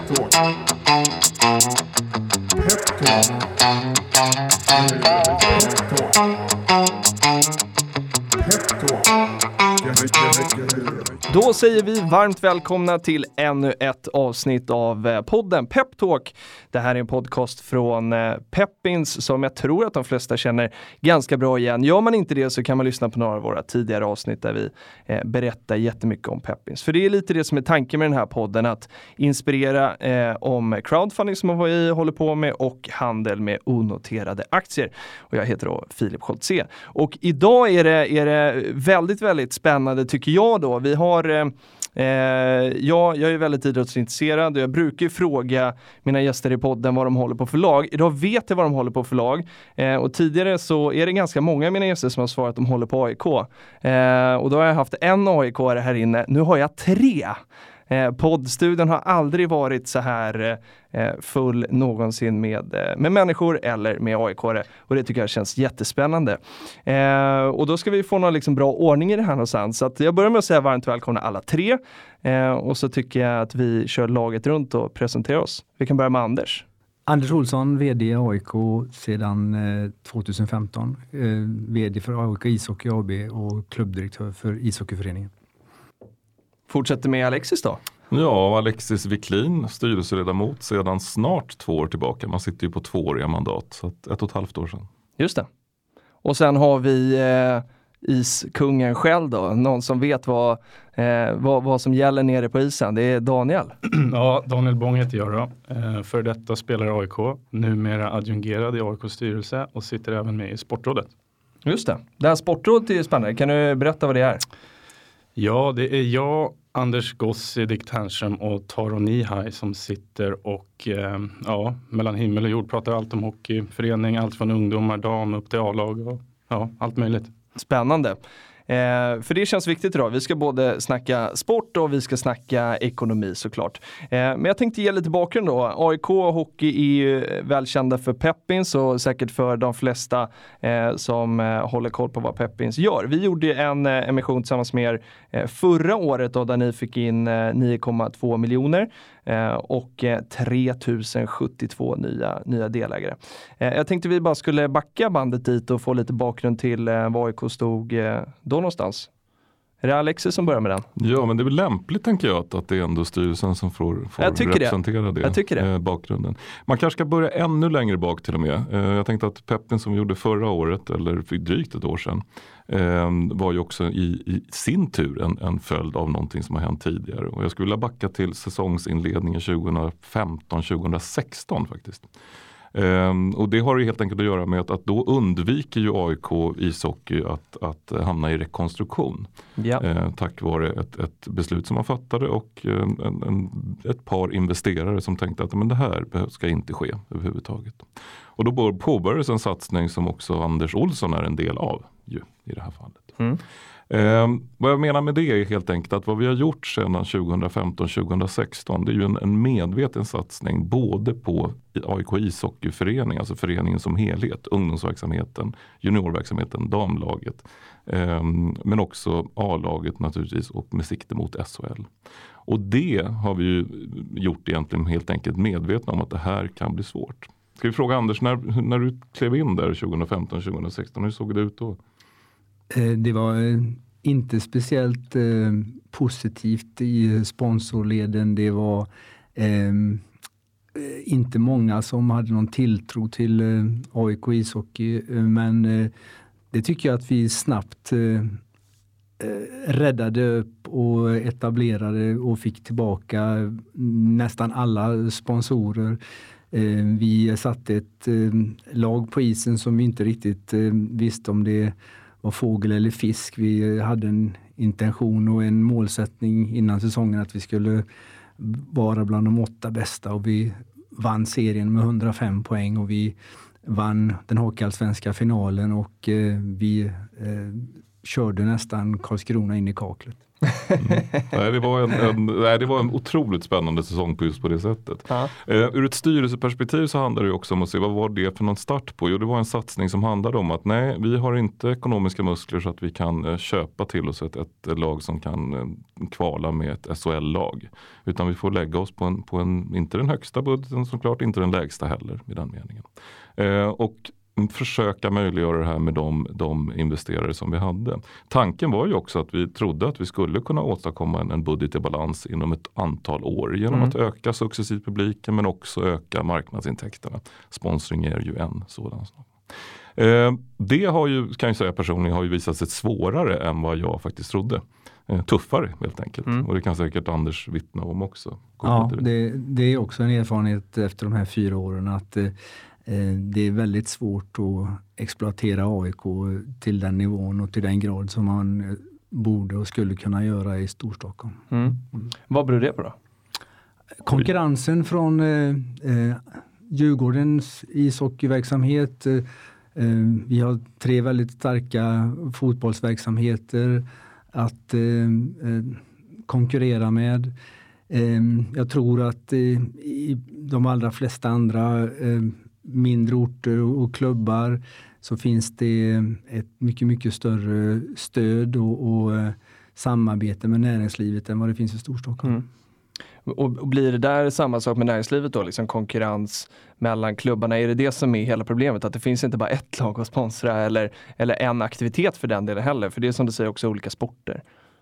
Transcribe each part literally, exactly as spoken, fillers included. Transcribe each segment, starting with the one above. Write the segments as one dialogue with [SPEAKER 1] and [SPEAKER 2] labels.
[SPEAKER 1] Peptalk. Peptalk.
[SPEAKER 2] Då säger vi varmt välkomna till ännu ett avsnitt av podden Peptalk. Det här är en podcast från Peppins som jag tror att de flesta känner ganska bra igen. Gör man inte det så kan man lyssna på några av våra tidigare avsnitt där vi eh, berättar jättemycket om Peppins. För det är lite det som är tanken med den här podden, att inspirera eh, om crowdfunding som vi håller på med och handel med onoterade aktier. Och jag heter då Filip Scholtze. Och idag är det, är det väldigt, väldigt spännande tycker jag då. Vi har Eh, ja, jag är väldigt idrottsintresserad och jag brukar ju fråga mina gäster i podden vad de håller på för lag. Idag vet jag vad de håller på för lag eh, och tidigare så är det ganska många av mina gäster som har svarat att de håller på A I K. Eh, och då har jag haft en A I K-are här inne. Nu har jag tre. Eh, poddstudion har aldrig varit så här eh, full någonsin med, eh, med människor eller med A I K-are. Och det tycker jag känns jättespännande. Eh, och då ska vi få någon liksom bra ordning i det här någonstans. Så att jag börjar med att säga varmt välkomna alla tre. Eh, och så tycker jag att vi kör laget runt och presenterar oss. Vi kan börja med Anders.
[SPEAKER 3] Anders Olsson, vd A I K sedan eh, tjugohundrafemton. Eh, vd för A I K Ishockey A B och klubbdirektör för ishockeyföreningen.
[SPEAKER 2] Fortsätter med Alexis då.
[SPEAKER 4] Ja, Alexis Wiklin, styrelseledamot sedan snart två år tillbaka. Man sitter ju på tvååriga mandat, så att ett och ett halvt år sedan.
[SPEAKER 2] Just det. Och sen har vi eh, iskungen själv då. Någon som vet vad, eh, vad, vad som gäller nere på isen. Det är Daniel.
[SPEAKER 5] Ja, Daniel Bång heter jag då. Eh, för detta spelar A I K. Numera adjungerad i A I K:s styrelse och sitter även med i Sportrådet.
[SPEAKER 2] Just det. Det här Sportrådet är spännande. Kan du berätta vad det är?
[SPEAKER 5] Ja, det är jag, Anders Gossi, Dick Ternström och Taro Nihai som sitter och eh, ja, mellan himmel och jord pratar allt om hockey, förening, allt från ungdomar, dam upp till A-lag och ja, allt möjligt.
[SPEAKER 2] Spännande. Eh, för det känns viktigt idag. Vi ska både snacka sport och vi ska snacka ekonomi såklart. Eh, men jag tänkte ge lite bakgrund då. A I K och hockey är ju välkända för Peppins och säkert för de flesta eh, som eh, håller koll på vad Peppins gör. Vi gjorde en eh, emission tillsammans med er eh, förra året då, där ni fick in eh, nio komma två miljoner. Eh, och eh, tre tusen sjuttiotvå nya, nya delägare. Eh, jag tänkte vi bara skulle backa bandet dit och få lite bakgrund till eh, vad A I K stod eh, då någonstans. Är det Alexis som börjar med den?
[SPEAKER 4] Ja, men det är väl lämpligt tänker jag att, att det är ändå styrelsen som får, får
[SPEAKER 2] jag
[SPEAKER 4] representera
[SPEAKER 2] det,
[SPEAKER 4] det,
[SPEAKER 2] jag tycker det.
[SPEAKER 4] Eh, bakgrunden. Man kanske ska börja ännu längre bak till och med. Eh, jag tänkte att Peppin som vi gjorde förra året, eller för drygt ett år sedan, eh, var ju också i, i sin tur en, en följd av någonting som har hänt tidigare. Och jag skulle vilja backa till säsongsinledningen tjugofemton tjugosexton faktiskt. Um, och det har ju helt enkelt att göra med att, att då undviker ju A I K ishockey att, att hamna i rekonstruktion.
[SPEAKER 2] Ja.
[SPEAKER 4] Uh, tack vare ett, ett beslut som man fattade och uh, en, en, ett par investerare som tänkte att men det här ska inte ske överhuvudtaget. Och då påbörjades en satsning som också Anders Olsson är en del av ju, i det här fallet.
[SPEAKER 2] Mm.
[SPEAKER 4] Eh, vad jag menar med det är helt enkelt att vad vi har gjort sedan tjugofemton tjugosexton det är ju en, en medveten satsning både på A I K ishockeyförening, alltså föreningen som helhet, ungdomsverksamheten, juniorverksamheten, damlaget, eh, men också A-laget naturligtvis och med sikte mot S H L. Och det har vi ju gjort egentligen helt enkelt medvetna om att det här kan bli svårt. Ska vi fråga Anders, när, när du klev in där tjugofemton tjugosexton, hur såg det ut då?
[SPEAKER 3] Det var inte speciellt eh, positivt i sponsorleden. Det var eh, inte många som hade någon tilltro till eh, A I K ishockey. Men eh, det tycker jag att vi snabbt eh, räddade upp och etablerade och fick tillbaka nästan alla sponsorer. Eh, vi satte ett eh, lag på isen som vi inte riktigt eh, visste om det var fågel eller fisk. Vi hade en intention och en målsättning innan säsongen att vi skulle vara bland de åtta bästa och vi vann serien med hundrafem poäng och vi vann den hockeyallsvenska finalen och eh, vi eh, körde nästan Karlskrona in i kaklet.
[SPEAKER 4] Mm. Nej, det, var en, en, nej, det var en otroligt spännande säsong på just på det sättet.
[SPEAKER 2] Ja.
[SPEAKER 4] Uh, ur ett styrelseperspektiv så handlar det också om att se vad var det för någon start på. Jo, det var en satsning som handlade om att nej, vi har inte ekonomiska muskler så att vi kan uh, köpa till oss ett, ett lag som kan uh, kvala med ett S H L-lag. Utan vi får lägga oss på en, på en, inte den högsta budgeten såklart, inte den lägsta heller i den meningen. Uh, och försöka möjliggöra det här med de, de investerare som vi hade. Tanken var ju också att vi trodde att vi skulle kunna åstadkomma en, en budget i balans inom ett antal år genom mm. att öka successivt publiken men också öka marknadsintäkterna. Sponsring är ju en sådan sak. Eh, det har ju, kan jag säga personligen, har ju visat sig svårare än vad jag faktiskt trodde. Eh, tuffare helt enkelt. Mm. Och det kan säkert Anders vittna om också.
[SPEAKER 3] Ja, det, det är också en erfarenhet efter de här fyra åren att eh, det är väldigt svårt att exploatera A I K till den nivån och till den grad som man borde och skulle kunna göra i Storstockholm.
[SPEAKER 2] Mm. Mm. Vad beror det på då?
[SPEAKER 3] Konkurrensen från eh, eh, Djurgårdens ishockeyverksamhet. Eh, vi har tre väldigt starka fotbollsverksamheter att eh, eh, konkurrera med. Eh, jag tror att eh, i de allra flesta andra eh, mindre orter och klubbar så finns det ett mycket, mycket större stöd och, och eh, samarbete med näringslivet än vad det finns i Storstockholm.
[SPEAKER 2] Mm. Och, och blir det där samma sak med näringslivet då? Liksom konkurrens mellan klubbarna? Är det det som är hela problemet? Att det finns inte bara ett lag att sponsra eller, eller en aktivitet för den delen heller? För det är som du säger också olika sporter.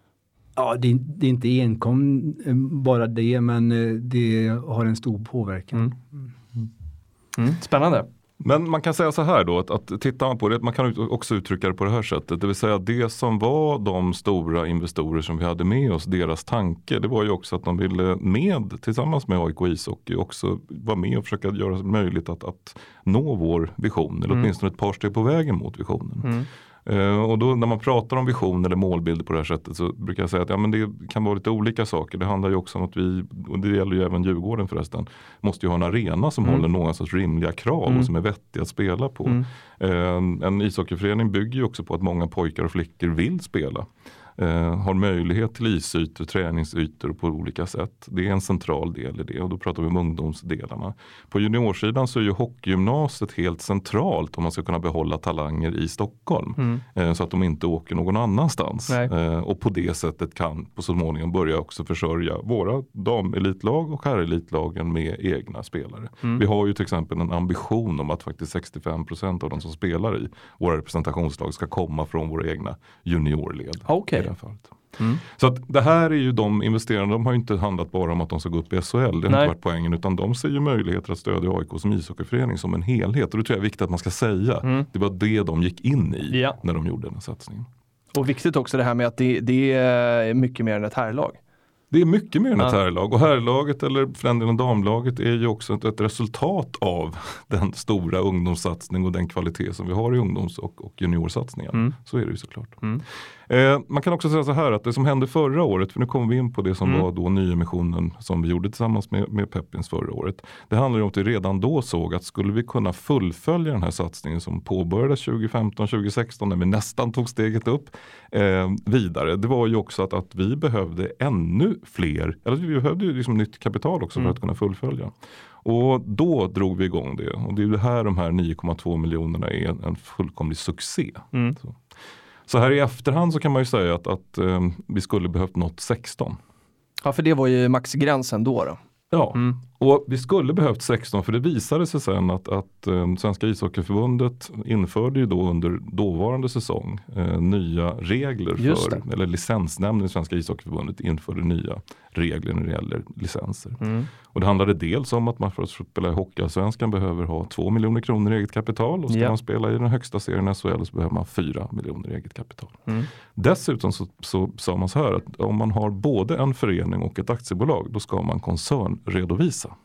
[SPEAKER 3] Ja, det, det är inte enkom bara det, men det har en stor påverkan.
[SPEAKER 2] Mm. Mm. Mm. Spännande.
[SPEAKER 4] Men man kan säga så här då, att, att tittar man på det, man kan också uttrycka det på det här sättet. Det vill säga det som var de stora investorer som vi hade med oss, deras tanke, det var ju också att de ville med, tillsammans med A I K Ishockey, också vara med och försöka göra det möjligt att, att nå vår vision. Eller mm. åtminstone ett par steg på vägen mot visionen. Mm. Uh, och då när man pratar om vision eller målbilder på det här sättet så brukar jag säga att ja, men det kan vara lite olika saker. Det handlar ju också om att vi, och det gäller ju även Djurgården förresten, måste ju ha en arena som mm. håller några sorts rimliga krav mm. och som är vettiga att spela på. Mm. Uh, en ishockeyförening bygger ju också på att många pojkar och flickor vill spela. Uh, har möjlighet till isytor, träningsytor på olika sätt. Det är en central del i det och då pratar vi om ungdomsdelarna. På juniorsidan så är ju hockeygymnasiet helt centralt om man ska kunna behålla talanger i Stockholm. Mm. Uh, så att de inte åker någon annanstans. Uh, och på det sättet kan på så småningom börja också försörja våra damelitlag och herrelitlagen med egna spelare. Mm. Vi har ju till exempel en ambition om att faktiskt sextiofem procent av de som spelar i våra representationslag ska komma från våra egna juniorled.
[SPEAKER 2] Okay.
[SPEAKER 4] Mm. Så att det här är ju de investerarna, de har ju inte handlat bara om att de ska gå upp i S H L, det har Nej. inte varit poängen, utan de ser ju möjligheter att stödja A I K som ishockeyförening som en helhet och det tror jag är viktigt att man ska säga. Mm. Det var det de gick in i ja. när de gjorde den satsningen.
[SPEAKER 2] Och viktigt också det här med att det, det är mycket mer än ett herrlag.
[SPEAKER 4] Det är mycket mer än ett ja. herrlag och herrlaget eller för den delen damlaget är ju också ett, ett resultat av den stora ungdomssatsning och den kvalitet som vi har i ungdoms- och, och juniorsatsningar. Mm. Så är det ju såklart. Mm. Eh, man kan också säga så här att det som hände förra året, för nu kommer vi in på det som mm. var då nyemissionen som vi gjorde tillsammans med, med Pepins förra året. Det handlar ju om att vi redan då såg att skulle vi kunna fullfölja den här satsningen som påbörjades tjugo femton tjugo sexton när vi nästan tog steget upp eh, vidare. Det var ju också att, att vi behövde ännu fler, eller vi behövde ju liksom nytt kapital också mm. för att kunna fullfölja. Och då drog vi igång det. Och det är det här de här nio komma två miljonerna är en, en fullkomlig succé. Mm. Så. Så här i efterhand så kan man ju säga att, att um, vi skulle behövt nått sexton.
[SPEAKER 2] Ja, för det var ju maxgränsen då då.
[SPEAKER 4] Ja, mm. och vi skulle behövt sexton för det visade sig sen att, att um, Svenska ishockeyförbundet införde ju då under dåvarande säsong uh, nya regler för, eller licensnämnden i Svenska ishockeyförbundet införde nya regler när det gäller licenser. Mm. Och det handlade dels om att man för att spela i Hockeyallsvenskan behöver ha två miljoner kronor i eget kapital och ska yeah. man spela i den högsta serien S H L så behöver man fyra miljoner i eget kapital. Mm. Dessutom så, så sa man så här att om man har både en förening och ett aktiebolag då ska man koncernredovisa.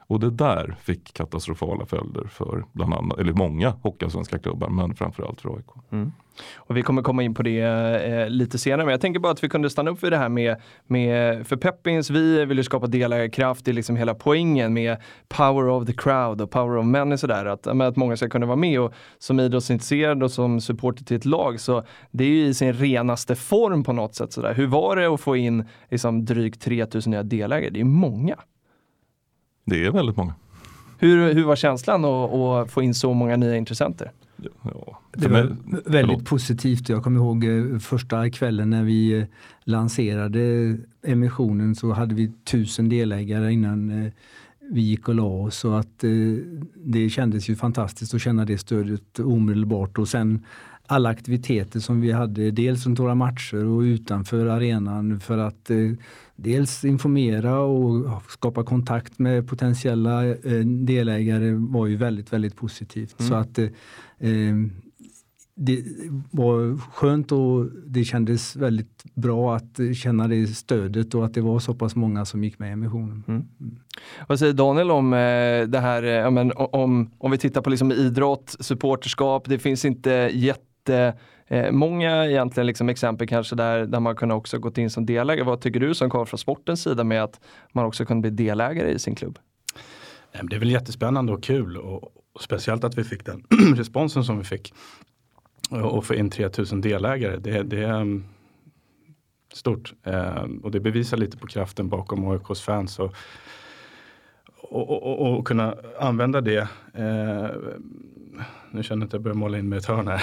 [SPEAKER 4] Och det där fick katastrofala följder för bland annat, eller många hockeyallsvenska klubbar, men framförallt för A I K.
[SPEAKER 2] Mm. Och vi kommer komma in på det eh, lite senare, men jag tänker bara att vi kunde stanna upp vid det här med, med för Peppins, vi vill ju skapa delägarkraft, det är liksom hela poängen med power of the crowd och power of men och sådär, att, att många ska kunna vara med, och som idrottsintresserad och som supporter till ett lag, så det är ju i sin renaste form på något sätt sådär. Hur var det att få in liksom drygt tre tusen nya delägare? Det är många.
[SPEAKER 4] Det är väldigt många.
[SPEAKER 2] Hur, hur var känslan att, att få in så många nya intressenter?
[SPEAKER 3] Ja, det var väldigt förlåt. positivt. Jag kommer ihåg första kvällen när vi lanserade emissionen, så hade vi tusen delägare innan vi gick och la oss. Så att det kändes ju fantastiskt att känna det stödet omedelbart. Och sen alla aktiviteter som vi hade, dels runt våra matcher och utanför arenan, för att eh, dels informera och skapa kontakt med potentiella eh, delägare var ju väldigt, väldigt positivt. Mm. Så att eh, det var skönt och det kändes väldigt bra att känna det stödet och att det var så pass många som gick med i emissionen. Mm.
[SPEAKER 2] Mm. Vad säger Daniel om eh, det här, eh, men, om, om vi tittar på liksom idrott, supporterskap, det finns inte jätte Eh, många egentligen liksom exempel kanske där, där man kunde också gått in som delägare. Vad tycker du som kommer från sportens sida med att man också kunde bli delägare i sin klubb?
[SPEAKER 5] Det är väl jättespännande och kul, och, och speciellt att vi fick den responsen som vi fick och få in tre tusen delägare. Det, det är um, stort eh, och det bevisar lite på kraften bakom A I K:s fans och, och, och, och, och kunna använda det. Eh, Nu känner jag att jag börjar måla in med ett hörn här.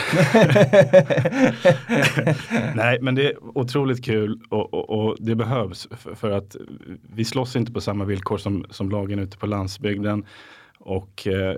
[SPEAKER 5] Nej, men det är otroligt kul och, och, och det behövs för, för att vi slåss inte på samma villkor som, som lagen ute på landsbygden. Och eh,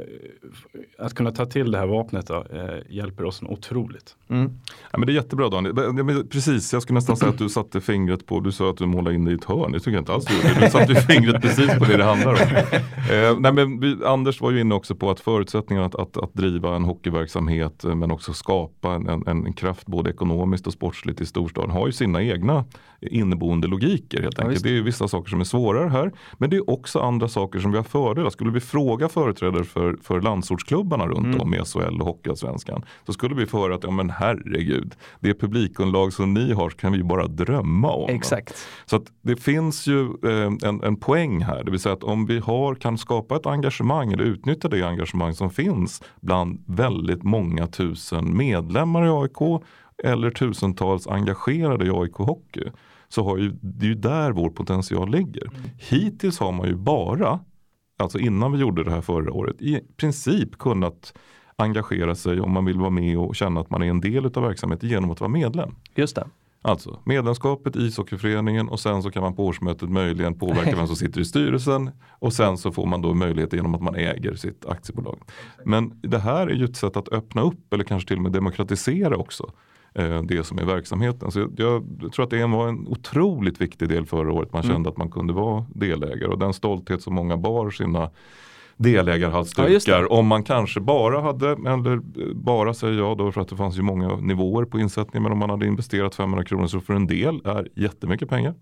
[SPEAKER 5] att kunna ta till det här vapnet då, eh, hjälper oss otroligt.
[SPEAKER 4] Mm. Ja, men det är jättebra, Daniel. Precis, jag skulle nästan säga att du satte fingret på, du sa att du målade in det i ett hörn. Det tycker jag inte alls. Du satte fingret precis på det det handlar om. Eh, nej, men vi, Anders var ju inne också på att förutsättningarna att, att, att driva en hockeyverksamhet men också skapa en, en, en kraft både ekonomiskt och sportsligt i storstaden har ju sina egna inneboende logiker helt enkelt. Ja, det är ju vissa saker som är svårare här, men det är också andra saker som vi har fördelar. Skulle vi fråga företrädare för, för landsortsklubbarna runt mm. om i S H L och Hockeyallsvenskan, så skulle vi få höra att ja men herregud, det publikunderlag som ni har kan vi bara drömma om.
[SPEAKER 2] Exakt.
[SPEAKER 4] Så att det finns ju eh, en, en poäng här, det vill säga att om vi har, kan skapa ett engagemang eller utnyttja det engagemang som finns bland väldigt många tusen medlemmar i A I K eller tusentals engagerade i A I K Hockey, så har ju, det är ju där vår potential ligger. Mm. Hittills har man ju bara, alltså innan vi gjorde det här förra året, i princip kunnat engagera sig om man vill vara med och känna att man är en del av verksamheten genom att vara medlem.
[SPEAKER 2] Just det.
[SPEAKER 4] Alltså medlemskapet i ishockeyföreningen, och sen så kan man på årsmötet möjligen påverka vem som sitter i styrelsen, och sen så får man då möjlighet genom att man äger sitt aktiebolag. Men det här är ju ett sätt att öppna upp eller kanske till och med demokratisera också det som är verksamheten. Så jag, jag tror att det var en otroligt viktig del förra året. Man kände mm. att man kunde vara delägare, och den stolthet som många bar sina delägarhalsdukar. Ja, om man kanske bara hade, eller bara säger jag då, för att det fanns ju många nivåer på insättning, men om man hade investerat femhundra kronor, så för en del är jättemycket pengar,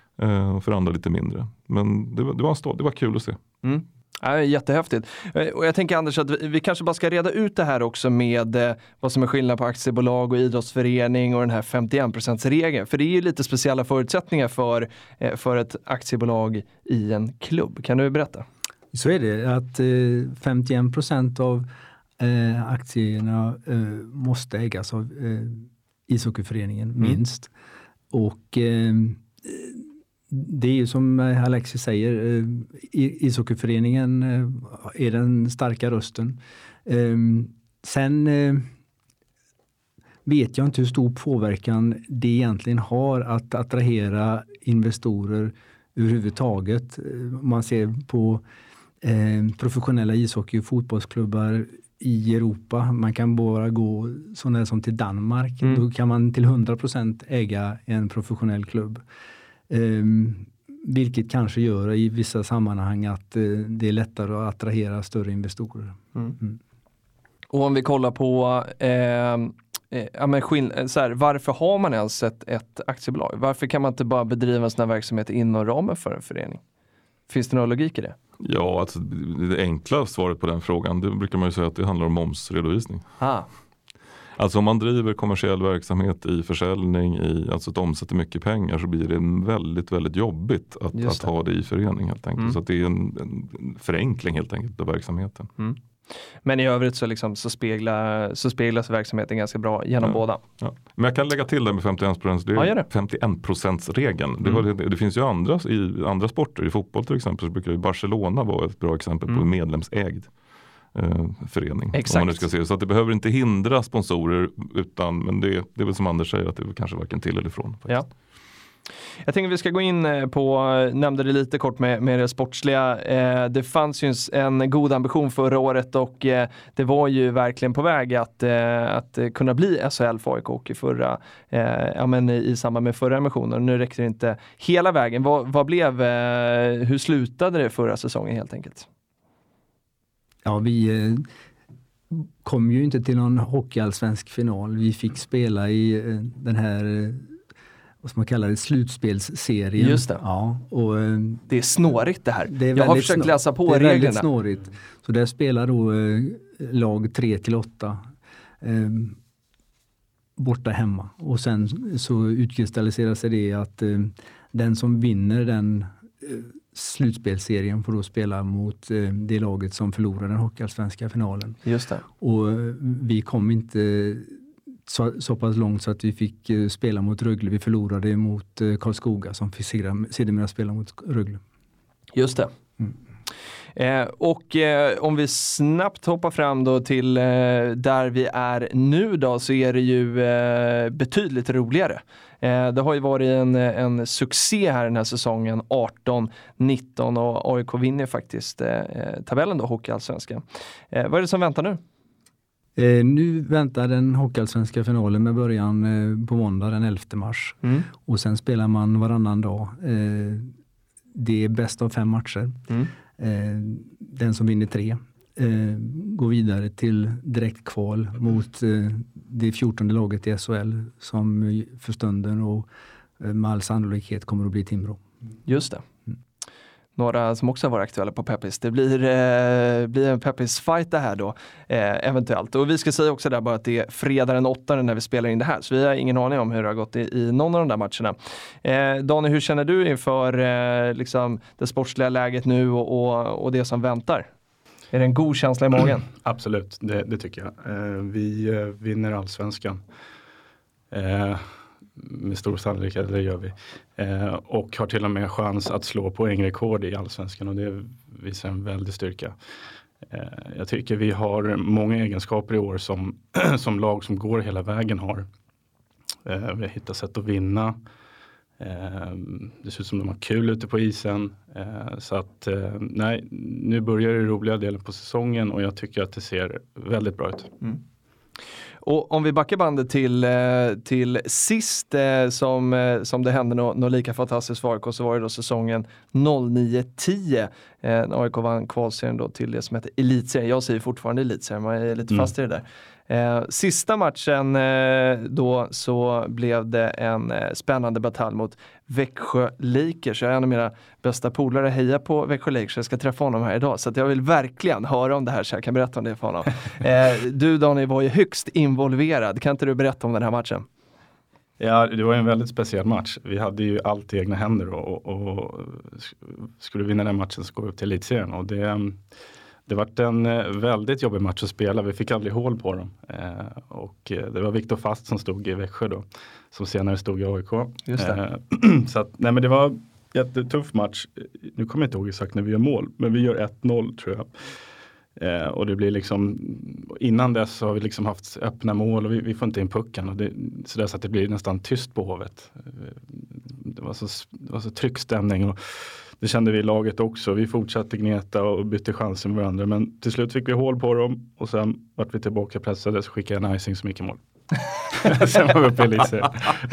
[SPEAKER 4] och för andra lite mindre. Men det var, det var, en stolt, det var kul att se.
[SPEAKER 2] Mm. Ja, jättehäftigt. Och jag tänker, Anders, att vi, vi kanske bara ska reda ut det här också med eh, vad som är skillnad på aktiebolag och idrottsförening och den här femtioen procent-regeln. För det är ju lite speciella förutsättningar för, eh, för ett aktiebolag i en klubb. Kan du berätta?
[SPEAKER 3] Så är det, att eh, femtioen procent av eh, aktierna eh, måste ägas av eh, ishockeyföreningen, mm. minst. Och eh, det är ju som Alexis säger, ishockeyföreningen är den starka rösten. Sen vet jag inte hur stor påverkan det egentligen har att attrahera investorer överhuvudtaget. Man ser på professionella ishockey- och fotbollsklubbar i Europa. Man kan bara gå sådana som till Danmark. Mm. Då kan man till hundra procent äga en professionell klubb. Um, vilket kanske gör i vissa sammanhang att uh, det är lättare att attrahera större investorer. Mm. Mm.
[SPEAKER 2] Och om vi kollar på eh, eh, ja, men skill- så här, varför har man ens ett, ett aktiebolag? Varför kan man inte bara bedriva en sån här verksamhet inom ramen för en förening? Finns det någon logik i det?
[SPEAKER 4] Ja, alltså det enkla svaret på den frågan, det brukar man ju säga att det handlar om momsredovisning.
[SPEAKER 2] Ah.
[SPEAKER 4] Alltså om man driver kommersiell verksamhet i försäljning, i, alltså att omsätter mycket pengar, så blir det väldigt, väldigt jobbigt att, att ha det i förening helt enkelt. Mm. Så att det är en, en förenkling helt enkelt av verksamheten.
[SPEAKER 2] Mm. Men i övrigt så, liksom, så, speglar, så speglas verksamheten ganska bra genom
[SPEAKER 4] ja.
[SPEAKER 2] båda.
[SPEAKER 4] Ja. Men jag kan lägga till det med femtioen procent. Det är ja, femtioen procent-regeln. Mm. Det, det, det finns ju andra, i andra sporter, i fotboll till exempel, så brukar ju Barcelona vara ett bra exempel mm. på en medlemsägd eh, förening.
[SPEAKER 2] Exakt.
[SPEAKER 4] Om man nu ska se. Så att det behöver inte hindra sponsorer, utan, men det, det är väl som Anders säger, att det är kanske varken till eller ifrån.
[SPEAKER 2] Ja. Jag tänker att vi ska gå in på, nämnde det lite kort med, med det sportsliga. Eh, det fanns ju en god ambition förra året och eh, det var ju verkligen på väg att, eh, att kunna bli S H L för A I K och i förra, eh, ja, men i, i samband med förra emissionen. Nu räcker det inte hela vägen. Vad, vad blev, eh, hur slutade det förra säsongen helt enkelt?
[SPEAKER 3] Ja, vi eh, kom ju inte till någon hockeyallsvensk final. Vi fick spela i eh, den här eh, vad som man kallar det, slutspelsserien.
[SPEAKER 2] Just det.
[SPEAKER 3] Ja, och,
[SPEAKER 2] det är snårigt det här.
[SPEAKER 3] Det är
[SPEAKER 2] Jag har försökt läsa på
[SPEAKER 3] reglerna. Det är
[SPEAKER 2] reglerna.
[SPEAKER 3] väldigt snårigt. Så där spelar då eh, lag tre till åtta eh, borta hemma. Och sen så utkristalliserar sig det att eh, den som vinner den eh, slutspelsserien får då spela mot eh, det laget som förlorar den hockeyallsvenska finalen.
[SPEAKER 2] Just det.
[SPEAKER 3] Och eh, vi kom inte Så, så pass långt så att vi fick uh, spela mot Rögle. Vi förlorade mot uh, Karlskoga som fick sedermera spela mot Rögle.
[SPEAKER 2] Just det. Mm. Eh, och eh, om vi snabbt hoppar fram då till eh, där vi är nu då, så är det ju eh, betydligt roligare. Eh, det har ju varit en, en succé här den här säsongen, arton nitton, och A I K vinner faktiskt eh, tabellen då, hockeyallsvenskan. Eh, vad är det som väntar nu?
[SPEAKER 3] Eh, nu väntar den hockeyallsvenska finalen med början eh, på måndag den elfte mars. Mm. Och sen spelar man varannan dag. Eh, det är bäst av fem matcher. Mm. Eh, den som vinner tre eh, går vidare till direkt kval mot eh, det fjortonde laget i S H L som för stunden och eh, med all sannolikhet kommer att bli Timrå.
[SPEAKER 2] Just det. Några som också har varit aktuella på Peppis. Det blir, eh, blir en Peppis-fight det här då, eh, eventuellt. Och vi ska säga också där bara att det är fredag den åttonde när vi spelar in det här. Så vi har ingen aning om hur det har gått i, i någon av de där matcherna. Eh, Daniel, hur känner du inför eh, liksom det sportsliga läget nu och, och, och det som väntar? Är det en god känsla i magen?
[SPEAKER 5] Absolut, det, det tycker jag. Eh, vi eh, vinner allsvenskan. Eh, med stor sannolikhet, det gör vi. Eh, och har till och med chans att slå poängrekord i allsvenskan, och det visar en väldig styrka. Eh, jag tycker vi har många egenskaper i år som, som lag som går hela vägen har. Eh, vi har hittat sätt att vinna. Eh, det ser ut som de har kul ute på isen. Eh, så att eh, nej, nu börjar det roliga delen på säsongen och jag tycker att det ser väldigt bra ut. Mm.
[SPEAKER 2] Och om vi backar bandet till, till sist eh, som, eh, som det hände något nå lika fantastiskt för A I K, så var det då säsongen noll nio tio. Eh, A I K vann kvalserien då till det som heter Elitserien. Jag säger fortfarande Elitserien, man är lite fast mm. i det där. Eh, sista matchen eh, då så blev det en eh, spännande batalj mot Växjö Lakers. Jag är en av mina bästa polare, hejar på Växjö Lakers. Jag ska träffa honom här idag, så att jag vill verkligen höra om det här, så jag kan berätta om det för honom. Eh, du Daniel var ju högst involverad. Kan inte du berätta om den här matchen?
[SPEAKER 5] Ja, det var en väldigt speciell match. Vi hade ju allt i egna händer och, och, och skulle vinna den matchen så går vi upp till Elitserien, och det Det var en väldigt jobbig match att spela. Vi fick aldrig hål på dem. Eh, och det var Viktor Fast som stod i Växjö då. Som senare stod i A I K.
[SPEAKER 2] Just det.
[SPEAKER 5] Eh, så att, nej men det var en jättetuff match. Nu kommer jag inte ihåg exakt när vi gör mål. Men vi gör ett noll tror jag. Eh, och det blir liksom, innan dess har vi liksom haft öppna mål och vi, vi får inte in pucken. Och det, så, där så att det blir nästan tyst på Hovet. Det var så, det var så tryckstämning och det kände vi i laget också. Vi fortsatte gneta och bytte chanser med varandra. Men till slut fick vi hål på dem. Och sen vart vi tillbaka pressade, så skickade jag en icing som gick i mål. Sen var vi uppe i Elitserien.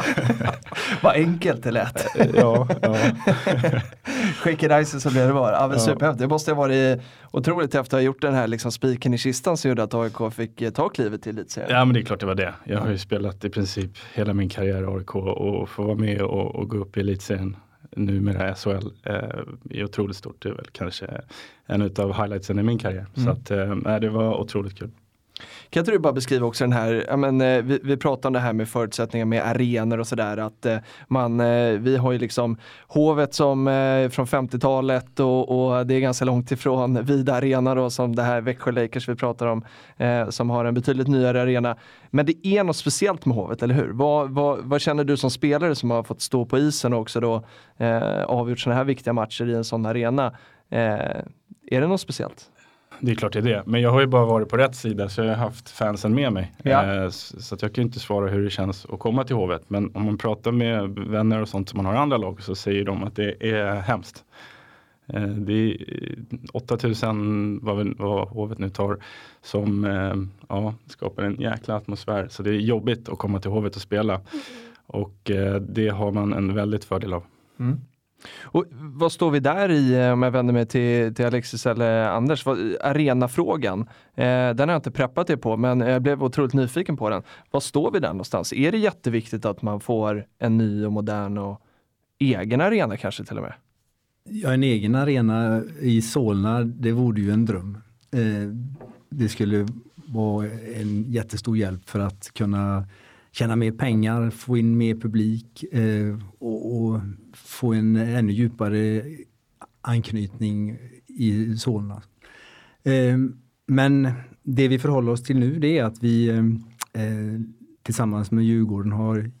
[SPEAKER 2] Vad enkelt det lät.
[SPEAKER 5] ja, ja.
[SPEAKER 2] Skickade icing så blev det bara. Ja, men super. Det måste ha varit otroligt efter att ha gjort den här liksom spiken i kistan som gjorde att A I K fick ta klivet till Elitserien.
[SPEAKER 5] Ja, men det är klart det var det. Jag har ju spelat i princip hela min karriär i A I K och få vara med och, och gå upp i Elitserien. numera S H L eh, är otroligt stort. Det är väl kanske en utav highlightsen i min karriär. Mm. Så att, eh, det var otroligt kul.
[SPEAKER 2] Kan inte du bara beskriva också den här, ja men, eh, vi, vi pratar om det här med förutsättningar med arenor och sådär, att eh, man, eh, vi har ju liksom Hovet som eh, från femtiotalet och, och det är ganska långt ifrån Vida Arena då, som det här Växjö Lakers vi pratar om, eh, som har en betydligt nyare arena. Men det är något speciellt med Hovet, eller hur? Vad, vad, vad känner du som spelare som har fått stå på isen och också då eh, avgjort sådana här viktiga matcher i en sån arena? Eh, är det något speciellt?
[SPEAKER 5] Det är klart det är det. Men jag har ju bara varit på rätt sida så jag har haft fansen med mig.
[SPEAKER 2] Ja.
[SPEAKER 5] Eh, så att jag kan inte svara hur det känns att komma till Hovet. Men om man pratar med vänner och sånt som man har i andra lag så säger de att det är hemskt. Eh, det är åtta tusen vad, vad Hovet nu tar som eh, ja, skapar en jäkla atmosfär. Så det är jobbigt att komma till Hovet och spela. Och eh, det har man en väldigt fördel av.
[SPEAKER 2] Mm. Och vad står vi där i, om jag vänder mig till, till Alexis eller Anders, vad, arenafrågan, eh, den har jag inte preppat det på, men jag blev otroligt nyfiken på den. Vad står vi där någonstans? Är det jätteviktigt att man får en ny och modern och egen arena kanske till och med?
[SPEAKER 3] Ja, en egen arena i Solna, det vore ju en dröm. Eh, det skulle vara en jättestor hjälp för att kunna tjäna mer pengar, få in mer publik eh, och, och få en ännu djupare anknytning i Solna. Eh, men det vi förhåller oss till nu, det är att vi eh, tillsammans med Djurgården har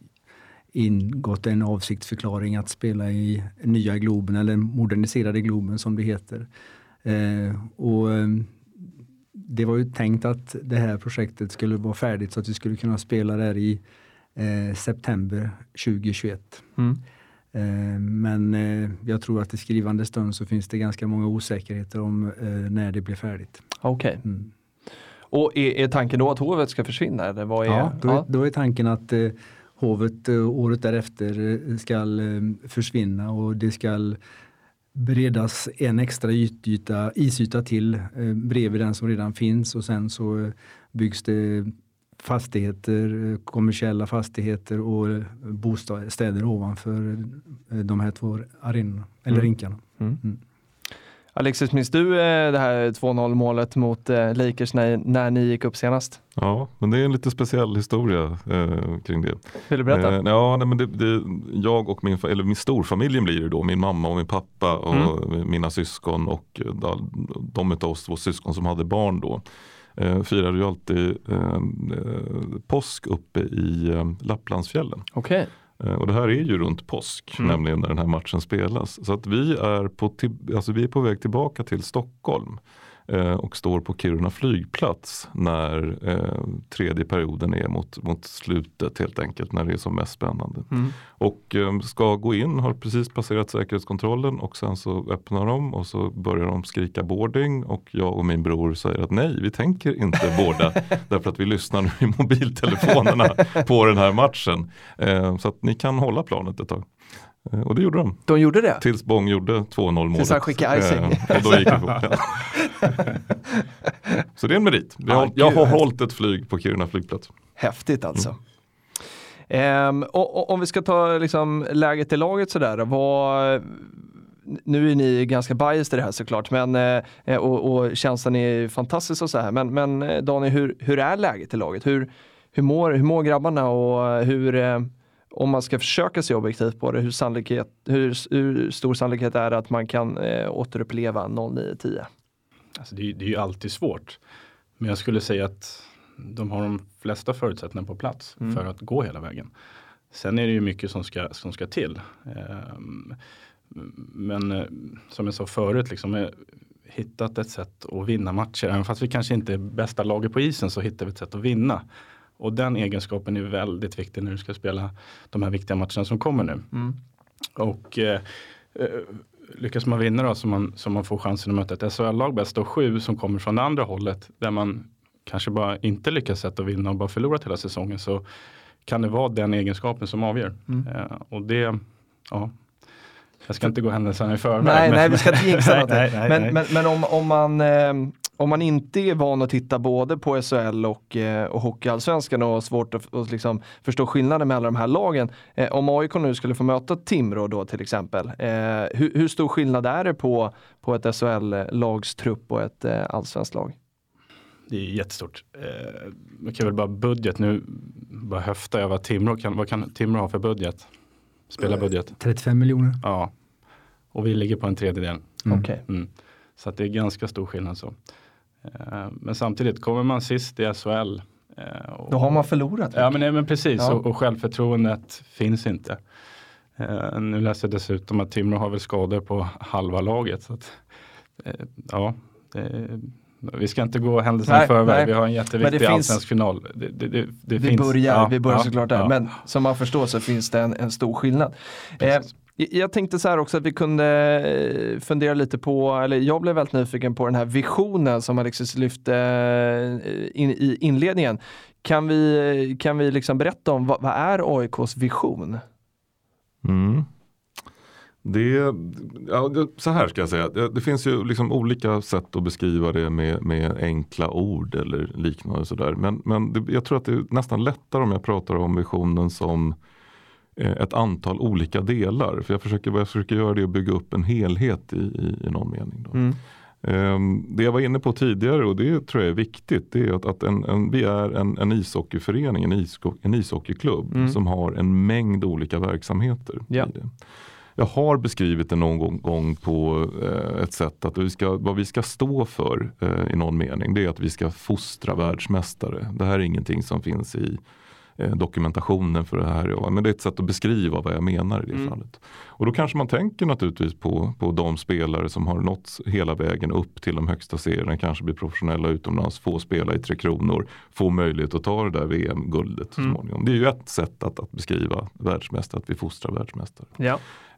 [SPEAKER 3] ingått en avsiktsförklaring att spela i nya Globen, eller moderniserade Globen som det heter. Eh, och eh, det var ju tänkt att det här projektet skulle vara färdigt så att vi skulle kunna spela där i eh, september tjugohundratjugoett. Mm. Eh, men eh, jag tror att i skrivande stund så finns det ganska många osäkerheter om eh, när det blir färdigt.
[SPEAKER 2] Okej. Okay. Mm. Och är, är tanken då att Hovet ska försvinna? Eller vad är,
[SPEAKER 3] ja, då, ja, då är tanken att eh, Hovet eh, året därefter eh, ska eh, försvinna och det ska beredas en extra ytyta, isyta till eh, bredvid den som redan finns och sen så eh, byggs det fastigheter, kommersiella fastigheter och bostäder ovanför eh, de här två arenorna, eller mm. rinkarna. Mm. Mm.
[SPEAKER 2] Alexis, minns du eh, det här två noll målet mot eh, Lakers när, när ni gick upp senast?
[SPEAKER 4] Ja, men det är en lite speciell historia eh, kring det.
[SPEAKER 2] Vill du berätta?
[SPEAKER 4] Eh, ja, nej, men det, det, jag och min, eller min storfamiljen blir det då, min mamma och min pappa och mm. mina syskon och de av oss två syskon som hade barn då. Eh, firade ju alltid eh, påsk uppe i eh, Lapplandsfjällen.
[SPEAKER 2] Okej.
[SPEAKER 4] Okay. Och det här är ju runt påsk, mm. nämligen när den här matchen spelas. Så att vi är på, alltså vi är på väg tillbaka till Stockholm eh, och står på Kiruna flygplats när eh, tredje perioden är mot, mot slutet helt enkelt, när det är som mest spännande. Mm. Och eh, ska gå in, har precis passerat säkerhetskontrollen och sen så öppnar de och så börjar de skrika boarding och jag och min bror säger att nej, vi tänker inte boarda därför att vi lyssnar nu i mobiltelefonerna på den här matchen. Eh, så att ni kan hålla planet ett tag. Eh, och det gjorde de.
[SPEAKER 2] De gjorde det?
[SPEAKER 4] Tills Bång gjorde två noll målet.
[SPEAKER 2] Tills han skickade icing.
[SPEAKER 4] Eh, och då gick vi på. Ja. Så det är en merit. Jag, ah, jag har hållit ett flyg på Kiruna flygplats.
[SPEAKER 2] Häftigt alltså. Mm. Um, och, och om vi ska ta liksom, läget i laget sådär, vad... Nu är ni ganska biased i det här såklart, men, eh, och, och känslan är fantastisk och så här. Men, men Daniel, hur, hur är läget i laget? Hur, hur, mår, hur mår grabbarna och hur, eh, om man ska försöka se objektivt på det, hur, sannolikhet, hur, hur stor sannolikhet är det att man kan eh, återuppleva noll nio tio?
[SPEAKER 5] Alltså det, det är ju alltid svårt. Men jag skulle säga att de har de flesta förutsättningar på plats mm. för att gå hela vägen. Sen är det ju mycket som ska, som ska till. Um, Men eh, som jag sa förut, liksom, jag hittat ett sätt att vinna matcher. Även fast vi kanske inte är bästa laget på isen så hittar vi ett sätt att vinna. Och den egenskapen är väldigt viktig när du ska spela de här viktiga matcherna som kommer nu. Mm. Och eh, lyckas man vinna då så man, så man får chansen att möta ett S H L-lag bäst av sju som kommer från det andra hållet. Där man kanske bara inte lyckas sätta att vinna och bara förlorat hela säsongen. Så kan det vara den egenskapen som avgör. Mm. Eh, och det, ja... Jag ska inte gå händelserna i förväg.
[SPEAKER 2] Nej,
[SPEAKER 5] men...
[SPEAKER 2] nej, vi ska inte jinxa något. nej, nej, men, nej. men, men om, om man... Eh, om man inte är van att titta både på S H L och, eh, och Hockeyallsvenskan och har svårt att, att liksom förstå skillnaden mellan de här lagen. Eh, om A I K nu skulle få möta Timrå då till exempel, eh, hur, hur stor skillnad är det på, på ett S H L-lags trupp och ett eh, allsvenskt lag?
[SPEAKER 5] Det är jättestort. Eh, man kan väl bara budget nu, bara höfta jag vad Timrå kan, vad kan Timrå ha för budget? Spela budget?
[SPEAKER 3] trettiofem miljoner.
[SPEAKER 5] Ja, och vi ligger på en tredjedel.
[SPEAKER 2] Mm. Okay.
[SPEAKER 5] Mm. Så att det är ganska stor skillnad så. Eh, men samtidigt kommer man sist i S H L. Eh, och,
[SPEAKER 2] då har man förlorat.
[SPEAKER 5] Ja men, nej, men precis,
[SPEAKER 2] ja.
[SPEAKER 5] och, och självförtroendet finns inte. Eh, nu läser jag dessutom att Timrå har väl skador på halva laget. Så att, eh, ja, det, vi ska inte gå händelsen i förväg. Vi har en jätteviktig allsvensk final. Det, det, det, det
[SPEAKER 2] vi,
[SPEAKER 5] finns,
[SPEAKER 2] börjar,
[SPEAKER 5] ja,
[SPEAKER 2] vi börjar
[SPEAKER 5] ja,
[SPEAKER 2] såklart där.
[SPEAKER 5] Ja.
[SPEAKER 2] Men som man förstår så finns det en, en stor skillnad. Eh, jag tänkte så här också att vi kunde fundera lite på, eller jag blev väldigt nyfiken på den här visionen som Alexis lyfte in, i inledningen. Kan vi, kan vi liksom berätta om vad, vad är A I K:s vision?
[SPEAKER 4] Mm. Det, ja, så här ska jag säga. Det, det finns ju liksom olika sätt att beskriva det med, med enkla ord eller liknande sådär. Men, men det, jag tror att det är nästan lättare om jag pratar om visionen som eh, ett antal olika delar. För jag försöker, jag försöker göra det och bygga upp en helhet i, i, i någon mening. Då. Mm. Um, det jag var inne på tidigare, och det tror jag är viktigt, det är att, att en, en, vi är en, en ishockeyförening, en, isko, en ishockeyklubb mm. som har en mängd olika verksamheter
[SPEAKER 2] ja.
[SPEAKER 4] i det. Jag har beskrivit det någon gång, gång på eh, ett sätt att vi ska, vad vi ska stå för eh, i någon mening, det är att vi ska fostra världsmästare. Det här är ingenting som finns i eh, dokumentationen för det här, ja, men det är ett sätt att beskriva vad jag menar i det mm. fallet. Och då kanske man tänker naturligtvis på, på de spelare som har nått hela vägen upp till de högsta serierna, kanske blir professionella utomlands, få spela i Tre Kronor, få möjlighet att ta det där V M-guldet så småningom. Mm. Det är ju ett sätt att, att beskriva världsmästare, att vi fostrar världsmästare.
[SPEAKER 2] Ja.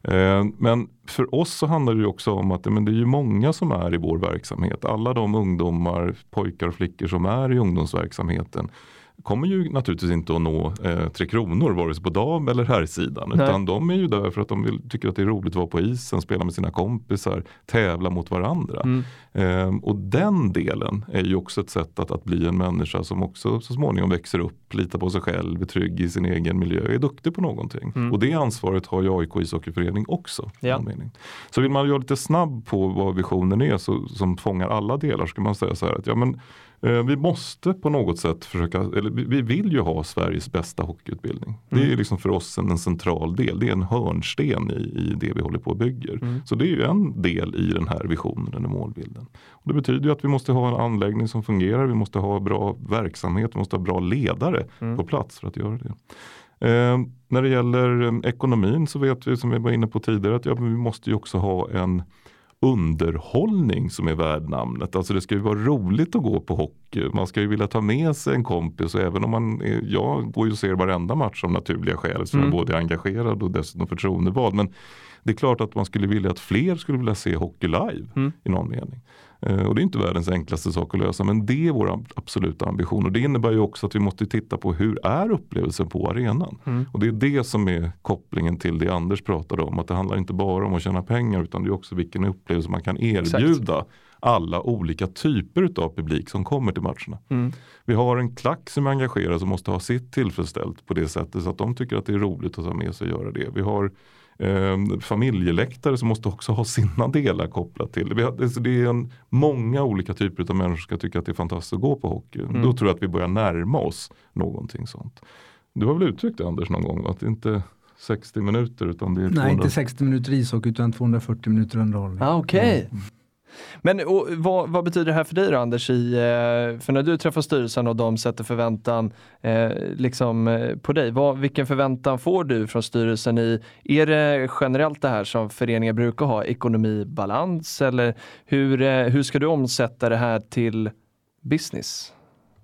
[SPEAKER 4] Men för oss så handlar det ju också om att men det är ju många som är i vår verksamhet. Alla de ungdomar, pojkar och flickor som är i ungdomsverksamheten kommer ju naturligtvis inte att nå eh, Tre Kronor vare sig på dam- eller herrsidan. Utan de är ju där för att de vill, tycker att det är roligt att vara på isen, spela med sina kompisar, tävla mot varandra. Mm. Eh, och den delen är ju också ett sätt att, att bli en människa som också så småningom växer upp, litar på sig själv, är trygg i sin egen miljö, är duktig på någonting. Mm. Och det ansvaret har ju A I K ishockeyförening också.
[SPEAKER 2] Ja.
[SPEAKER 4] Så vill man göra lite snabb på vad visionen är så, som fångar alla delar, ska man säga så här att ja men vi måste på något sätt försöka, eller vi vill ju ha Sveriges bästa hockeyutbildning. Mm. Det är liksom för oss en, en central del, det är en hörnsten i, i det vi håller på och bygger. Mm. Så det är ju en del i den här visionen, den här målbilden. Och det betyder ju att vi måste ha en anläggning som fungerar, vi måste ha bra verksamhet, vi måste ha bra ledare mm. på plats för att göra det. Eh, när det gäller eh, ekonomin så vet vi, som vi var inne på tidigare, att ja, vi måste ju också ha en underhållning som är värd namnet. Alltså det ska ju vara roligt att gå på hockey. Man ska ju vilja ta med sig en kompis och även om man är, jag går ju och ser varenda match av naturliga skäl som mm. jag både är engagerad och dessutom förtroendevald. Men det är klart att man skulle vilja att fler skulle vilja se hockey live mm. i någon mening. Uh, och det är inte världens enklaste sak att lösa, men det är vår absoluta ambition. Och det innebär ju också att vi måste titta på hur är upplevelsen på arenan. Mm. Och det är det som är kopplingen till det Anders pratade om. Att det handlar inte bara om att tjäna pengar utan det är också vilken upplevelse man kan erbjuda Exakt. alla olika typer av publik som kommer till matcherna. Mm. Vi har en klack som är engagerad som måste ha sitt tillfredsställt på det sättet så att de tycker att det är roligt att ta med sig och göra det. Vi har Eh, familjeläktare som måste också ha sina delar kopplat till det. Vi har, alltså det är en, många olika typer av människor som ska tycka att det är fantastiskt att gå på hockey. Mm. Då tror jag att vi börjar närma oss någonting sånt. Du har väl uttryckt det, Anders, någon gång? Att det inte är sextio minuter utan det är tvåhundra...
[SPEAKER 3] Nej, inte sextio minuter ishockey utan tvåhundrafyrtio minuter underhållning.
[SPEAKER 2] Ah, okej. Okay. Mm. Men och, vad, vad betyder det här för dig då, Anders? I, för när du träffar styrelsen och de sätter förväntan eh, liksom, eh, på dig, vad, vilken förväntan får du från styrelsen i? Är det generellt det här som föreningar brukar ha, ekonomibalans? Eller hur, eh, hur ska du omsätta det här till business?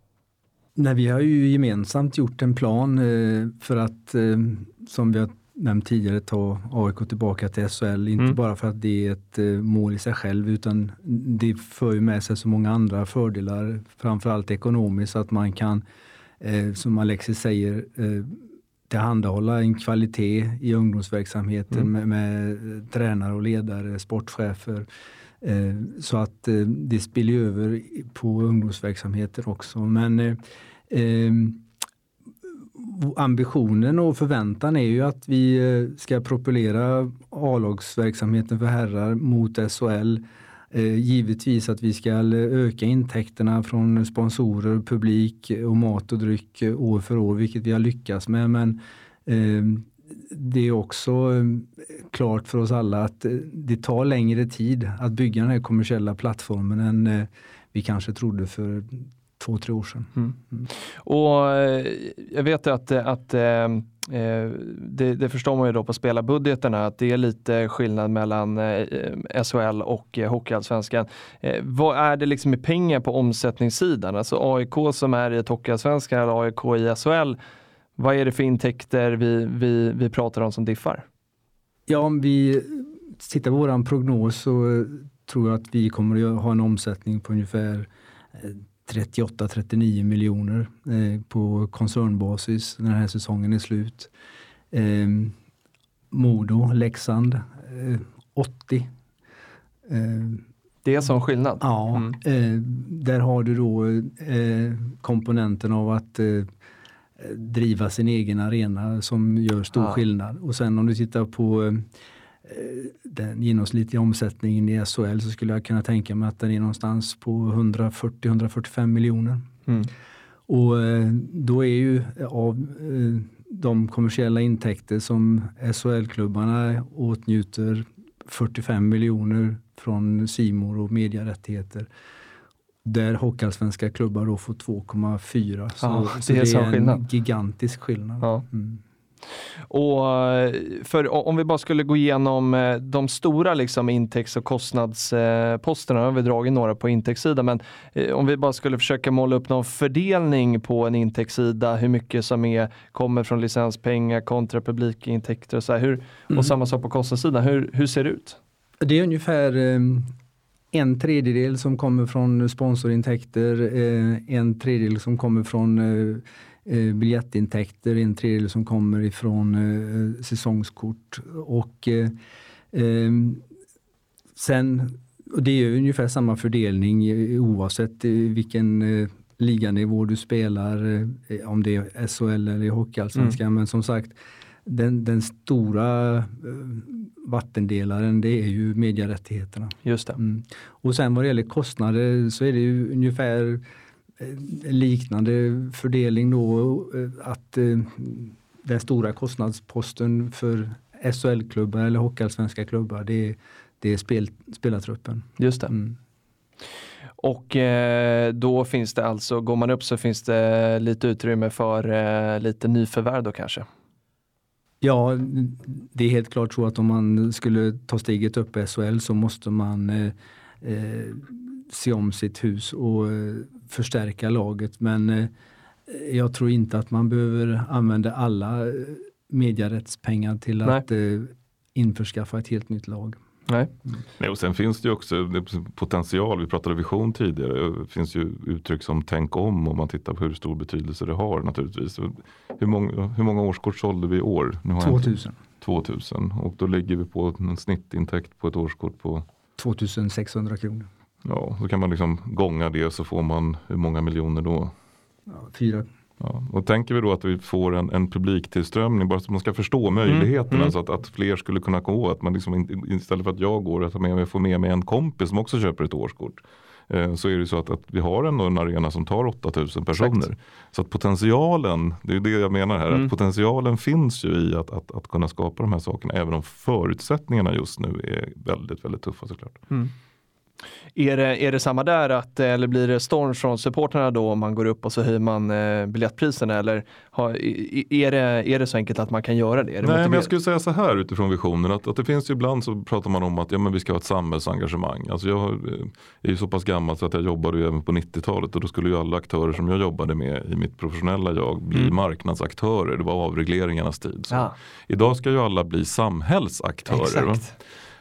[SPEAKER 3] Nej, vi har ju gemensamt gjort en plan eh, för att, eh, som vi har nämnt tidigare, ta A I K tillbaka till S H L. Inte mm. bara för att det är ett uh, mål i sig själv utan det för ju med sig så många andra fördelar. Framförallt ekonomiskt att man kan, eh, som Alexis säger, eh, tillhandahålla en kvalitet i ungdomsverksamheten mm. med, med tränare och ledare, sportchefer. Så att det spiller över på ungdomsverksamheter också. Men eh, ambitionen och förväntan är ju att vi ska propellera A-lagsverksamheten för herrar mot S H L. Eh, givetvis att vi ska öka intäkterna från sponsorer, publik och mat och dryck år för år, vilket vi har lyckats med. Men eh, det är också eh, klart för oss alla att eh, det tar längre tid att bygga den här kommersiella plattformen än eh, vi kanske trodde för två, tre år sedan.
[SPEAKER 2] Mm. Mm. Och eh, jag vet att, att eh, det, det förstår man ju då på spelarbudgeterna att det är lite skillnad mellan eh, S H L och eh, Hockeyallsvenskan. Eh, vad är det liksom i pengar på omsättningssidan? Alltså A I K som är i ett Hockeyallsvenskan eller A I K i S H L, vad är det för intäkter vi, vi, vi pratar om som diffar?
[SPEAKER 3] Ja, om vi tittar på våran prognos så tror jag att vi kommer att ha en omsättning på ungefär trettioåtta trettionio miljoner eh, på koncernbasis när den här säsongen är slut. Eh, Modo, Leksand, eh, åttio. Eh,
[SPEAKER 2] det är sån skillnad?
[SPEAKER 3] Ja, mm. eh, där har du då eh, komponenten av att eh, driva sin egen arena som gör stor ja. skillnad. Och sen om du tittar på eh, den genomsnittliga omsättningen i S H L så skulle jag kunna tänka mig att den är någonstans på hundrafyrtio till hundrafyrtiofem miljoner. Mm. Och eh, då är ju av eh, de kommersiella intäkter som S H L-klubbarna åtnjuter fyrtiofem miljoner från C More och mediarättigheter. Där hockeyallsvenska klubbar då får två komma fyra. Så,
[SPEAKER 2] ja, det
[SPEAKER 3] så
[SPEAKER 2] är,
[SPEAKER 3] det är en
[SPEAKER 2] skillnad.
[SPEAKER 3] gigantisk skillnad.
[SPEAKER 2] Ja. Mm. Och för om vi bara skulle gå igenom de stora liksom intäkts- och kostnadsposterna, har vi dragit några på intäktssidan, men om vi bara skulle försöka måla upp någon fördelning på en intäktssida, hur mycket som är, kommer från licenspengar kontra publikintäkter och så här, hur, och mm. samma sak på kostnadssidan, hur, hur ser det ut? Det
[SPEAKER 3] är ungefär en tredjedel som kommer från sponsorintäkter, en tredjedel som kommer från biljettintäkter, en tredjedel som kommer ifrån eh, säsongskort och eh, sen, och det är ju ungefär samma fördelning oavsett vilken eh, liganivå du spelar, eh, om det är S H L eller Hockeyallsvenskan, mm. men som sagt den, den stora eh, vattendelaren, det är ju medierättigheterna.
[SPEAKER 2] Just det.
[SPEAKER 3] Mm. Och sen vad det gäller kostnader så är det ju ungefär liknande fördelning då, att eh, den stora kostnadsposten för S H L-klubbar eller hockeyallsvenska klubbar, det är, det är spel, spelartruppen.
[SPEAKER 2] Just det. Mm. Och eh, då finns det alltså, går man upp så finns det lite utrymme för eh, lite nyförvärv då kanske?
[SPEAKER 3] Ja, det är helt klart så att om man skulle ta steget upp i S H L så måste man eh, eh, se om sitt hus och eh, förstärka laget, men eh, jag tror inte att man behöver använda alla eh, medierättspengar till Nej. att eh, införskaffa ett helt nytt lag.
[SPEAKER 2] Nej.
[SPEAKER 4] Mm. Nej, och sen finns det ju också potential, vi pratade vision tidigare, det finns ju uttryck som tänk om om man tittar på hur stor betydelse det har naturligtvis. Hur många, hur många årskort sålde vi i år?
[SPEAKER 3] Nu har tvåtusen.
[SPEAKER 4] tvåtusen och då ligger vi på en snittintäkt på ett årskort på
[SPEAKER 3] tvåtusensexhundra kronor.
[SPEAKER 4] Ja, så kan man liksom gånga det så får man hur många miljoner då?
[SPEAKER 3] Ja, fyra.
[SPEAKER 4] Ja, och tänker vi då att vi får en, en publiktillströmning bara så att man ska förstå möjligheterna mm. Mm. så att, att fler skulle kunna gå, att man liksom in, istället för att jag går att jag får med mig en kompis som också köper ett årskort, eh, så är det så att, att vi har en, en arena som tar åttatusen personer. Exakt. Så att potentialen, det är ju det jag menar här, mm. att potentialen finns ju i att, att, att kunna skapa de här sakerna, även om förutsättningarna just nu är väldigt, väldigt tuffa såklart.
[SPEAKER 2] Mm. Är det, är det samma där att, eller blir det storm från supporterna då om man går upp och så höjer man eh, biljettpriserna, eller har, är, det, är det så enkelt att man kan göra det? Är det
[SPEAKER 4] Nej, men jag skulle säga så här utifrån visionen att, att det finns ju ibland så pratar man om att ja, men vi ska ha ett samhällsengagemang. Alltså jag är ju så pass gammal så att jag jobbade ju även på nittiotalet och då skulle ju alla aktörer som jag jobbade med i mitt professionella jag bli mm. marknadsaktörer. Det var avregleringarnas tid. Så.
[SPEAKER 2] Ja.
[SPEAKER 4] Idag ska ju alla bli samhällsaktörer.
[SPEAKER 2] Exakt.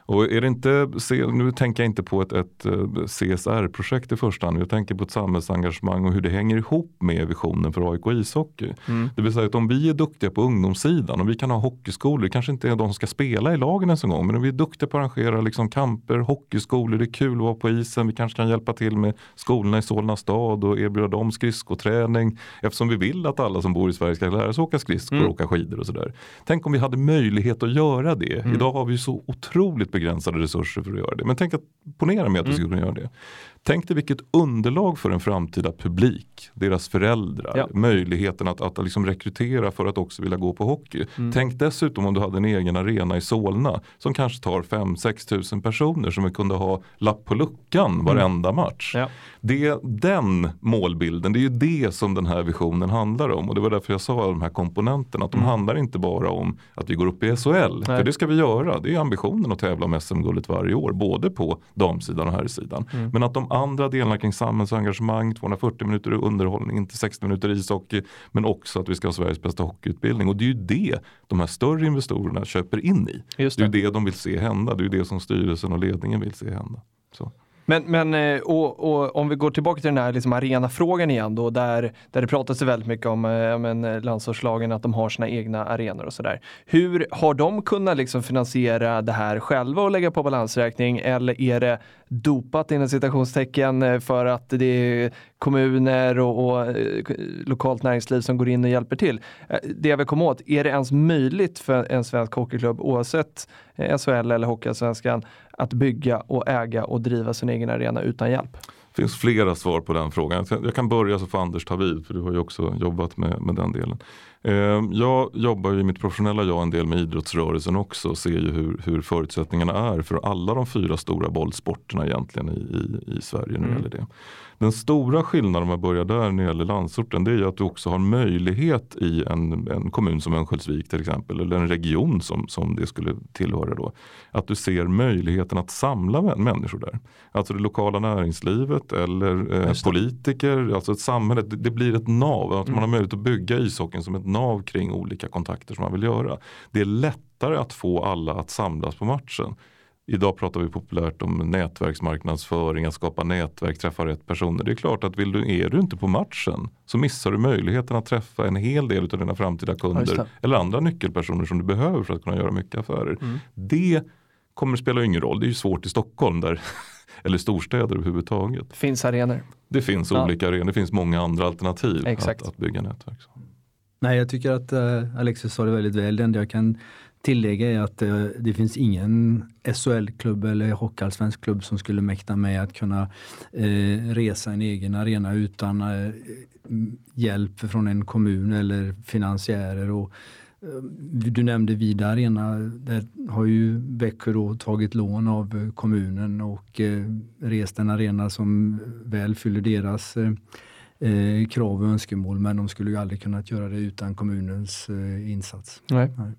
[SPEAKER 4] Och är det inte, nu tänker jag inte på ett, ett C S R-projekt i första hand, jag tänker på ett samhällsengagemang och hur det hänger ihop med visionen för A I K ishockey. Mm. Det vill säga att om vi är duktiga på ungdomssidan och vi kan ha hockeyskolor, det kanske inte är de som ska spela i lagen ens en gång, men om vi är duktiga på att arrangera liksom kamper, hockeyskolor, det är kul att vara på isen, vi kanske kan hjälpa till med skolorna i Solna stad och erbjuda dem skridskoträning, eftersom vi vill att alla som bor i Sverige ska lära sig åka skridskor och mm. åka skidor och sådär. Tänk om vi hade möjlighet att göra det. Mm. Idag har vi så otroligt begränsade resurser för att göra det. Men tänk att ponera med att vi skulle kunna göra det. Tänk dig vilket underlag för en framtida publik, deras föräldrar, ja. möjligheten att, att liksom rekrytera för att också vilja gå på hockey. Mm. Tänk dessutom om du hade en egen arena i Solna som kanske tar fem till sex tusen personer som vi kunde ha lapp på luckan varenda mm. match. Ja. Det, den målbilden, det är ju det som den här visionen handlar om. Och det var därför jag sa de här komponenterna, att de mm. handlar inte bara om att vi går upp i S H L. Nej. För det ska vi göra. Det är ambitionen att tävla om S M-guldet varje år, både på damsidan och herrsidan. Mm. Men att de andra delarna kring samhällsengagemang, tvåhundrafyrtio minuter underhållning, inte sextio minuter ishockey, men också att vi ska ha Sveriges bästa hockeyutbildning. Och det är ju det de här större investorerna köper in i. Just det. Det är ju det de vill se hända. Det är ju det som styrelsen och ledningen vill se hända. Så.
[SPEAKER 2] Men, men och, och om vi går tillbaka till den här liksom arenafrågan igen då, där, där det pratas väldigt mycket om äh, men, landslagslagen, att de har sina egna arenor och sådär. Hur har de kunnat liksom finansiera det här själva och lägga på balansräkning, eller är det dopat inom citationstecken för att det är kommuner och, och lokalt näringsliv som går in och hjälper till? Det jag vill komma åt, är det ens möjligt för en svensk hockeyklubb, oavsett S H L eller Hockeyallsvenskan, att bygga och äga och driva sin egen arena utan hjälp?
[SPEAKER 4] Det finns flera svar på den frågan. Jag kan börja så får Anders ta vid, för du har ju också jobbat med, med den delen. Jag jobbar ju i mitt professionella jag en del med idrottsrörelsen också och ser ju hur, hur förutsättningarna är för alla de fyra stora bollsporterna egentligen i, i, i Sverige när det gäller det. Den stora skillnaden om jag börjar där när det gäller landsorten, det är ju att du också har möjlighet i en, en kommun som Örnsköldsvik till exempel, eller en region som, som det skulle tillhöra då, att du ser möjligheten att samla människor där. Alltså det lokala näringslivet eller eh, politiker, alltså ett samhälle, det, det blir ett nav, att man har möjlighet att bygga ishockeyn som ett nav kring olika kontakter som man vill göra. Det är lättare att få alla att samlas på matchen. Idag pratar vi populärt om nätverksmarknadsföring, att skapa nätverk, träffa rätt personer. Det är klart att vill du, är du inte på matchen så missar du möjligheten att träffa en hel del av dina framtida kunder eller andra nyckelpersoner som du behöver för att kunna göra mycket affärer. Mm. Det kommer att spela ingen roll. Det är ju svårt i Stockholm där, eller storstäder överhuvudtaget.
[SPEAKER 2] Det finns arenor.
[SPEAKER 4] Det finns ja. olika arenor. Det finns många andra alternativ att, att bygga nätverk.
[SPEAKER 3] Nej, jag tycker att uh, Alexis sa det väldigt väl. Det enda jag kan tillägga är att uh, det finns ingen S H L-klubb eller hockeyallsvensk klubb som skulle mäkta med att kunna uh, resa en egen arena utan uh, hjälp från en kommun eller finansiärer. Och, uh, du nämnde Vida Arena, där har ju Växjö då tagit lån av kommunen och uh, rest en arena som väl fyller deras uh, Eh, krav och önskemål, men de skulle ju aldrig kunnat göra det utan kommunens eh, insats.
[SPEAKER 2] Nej. Nej.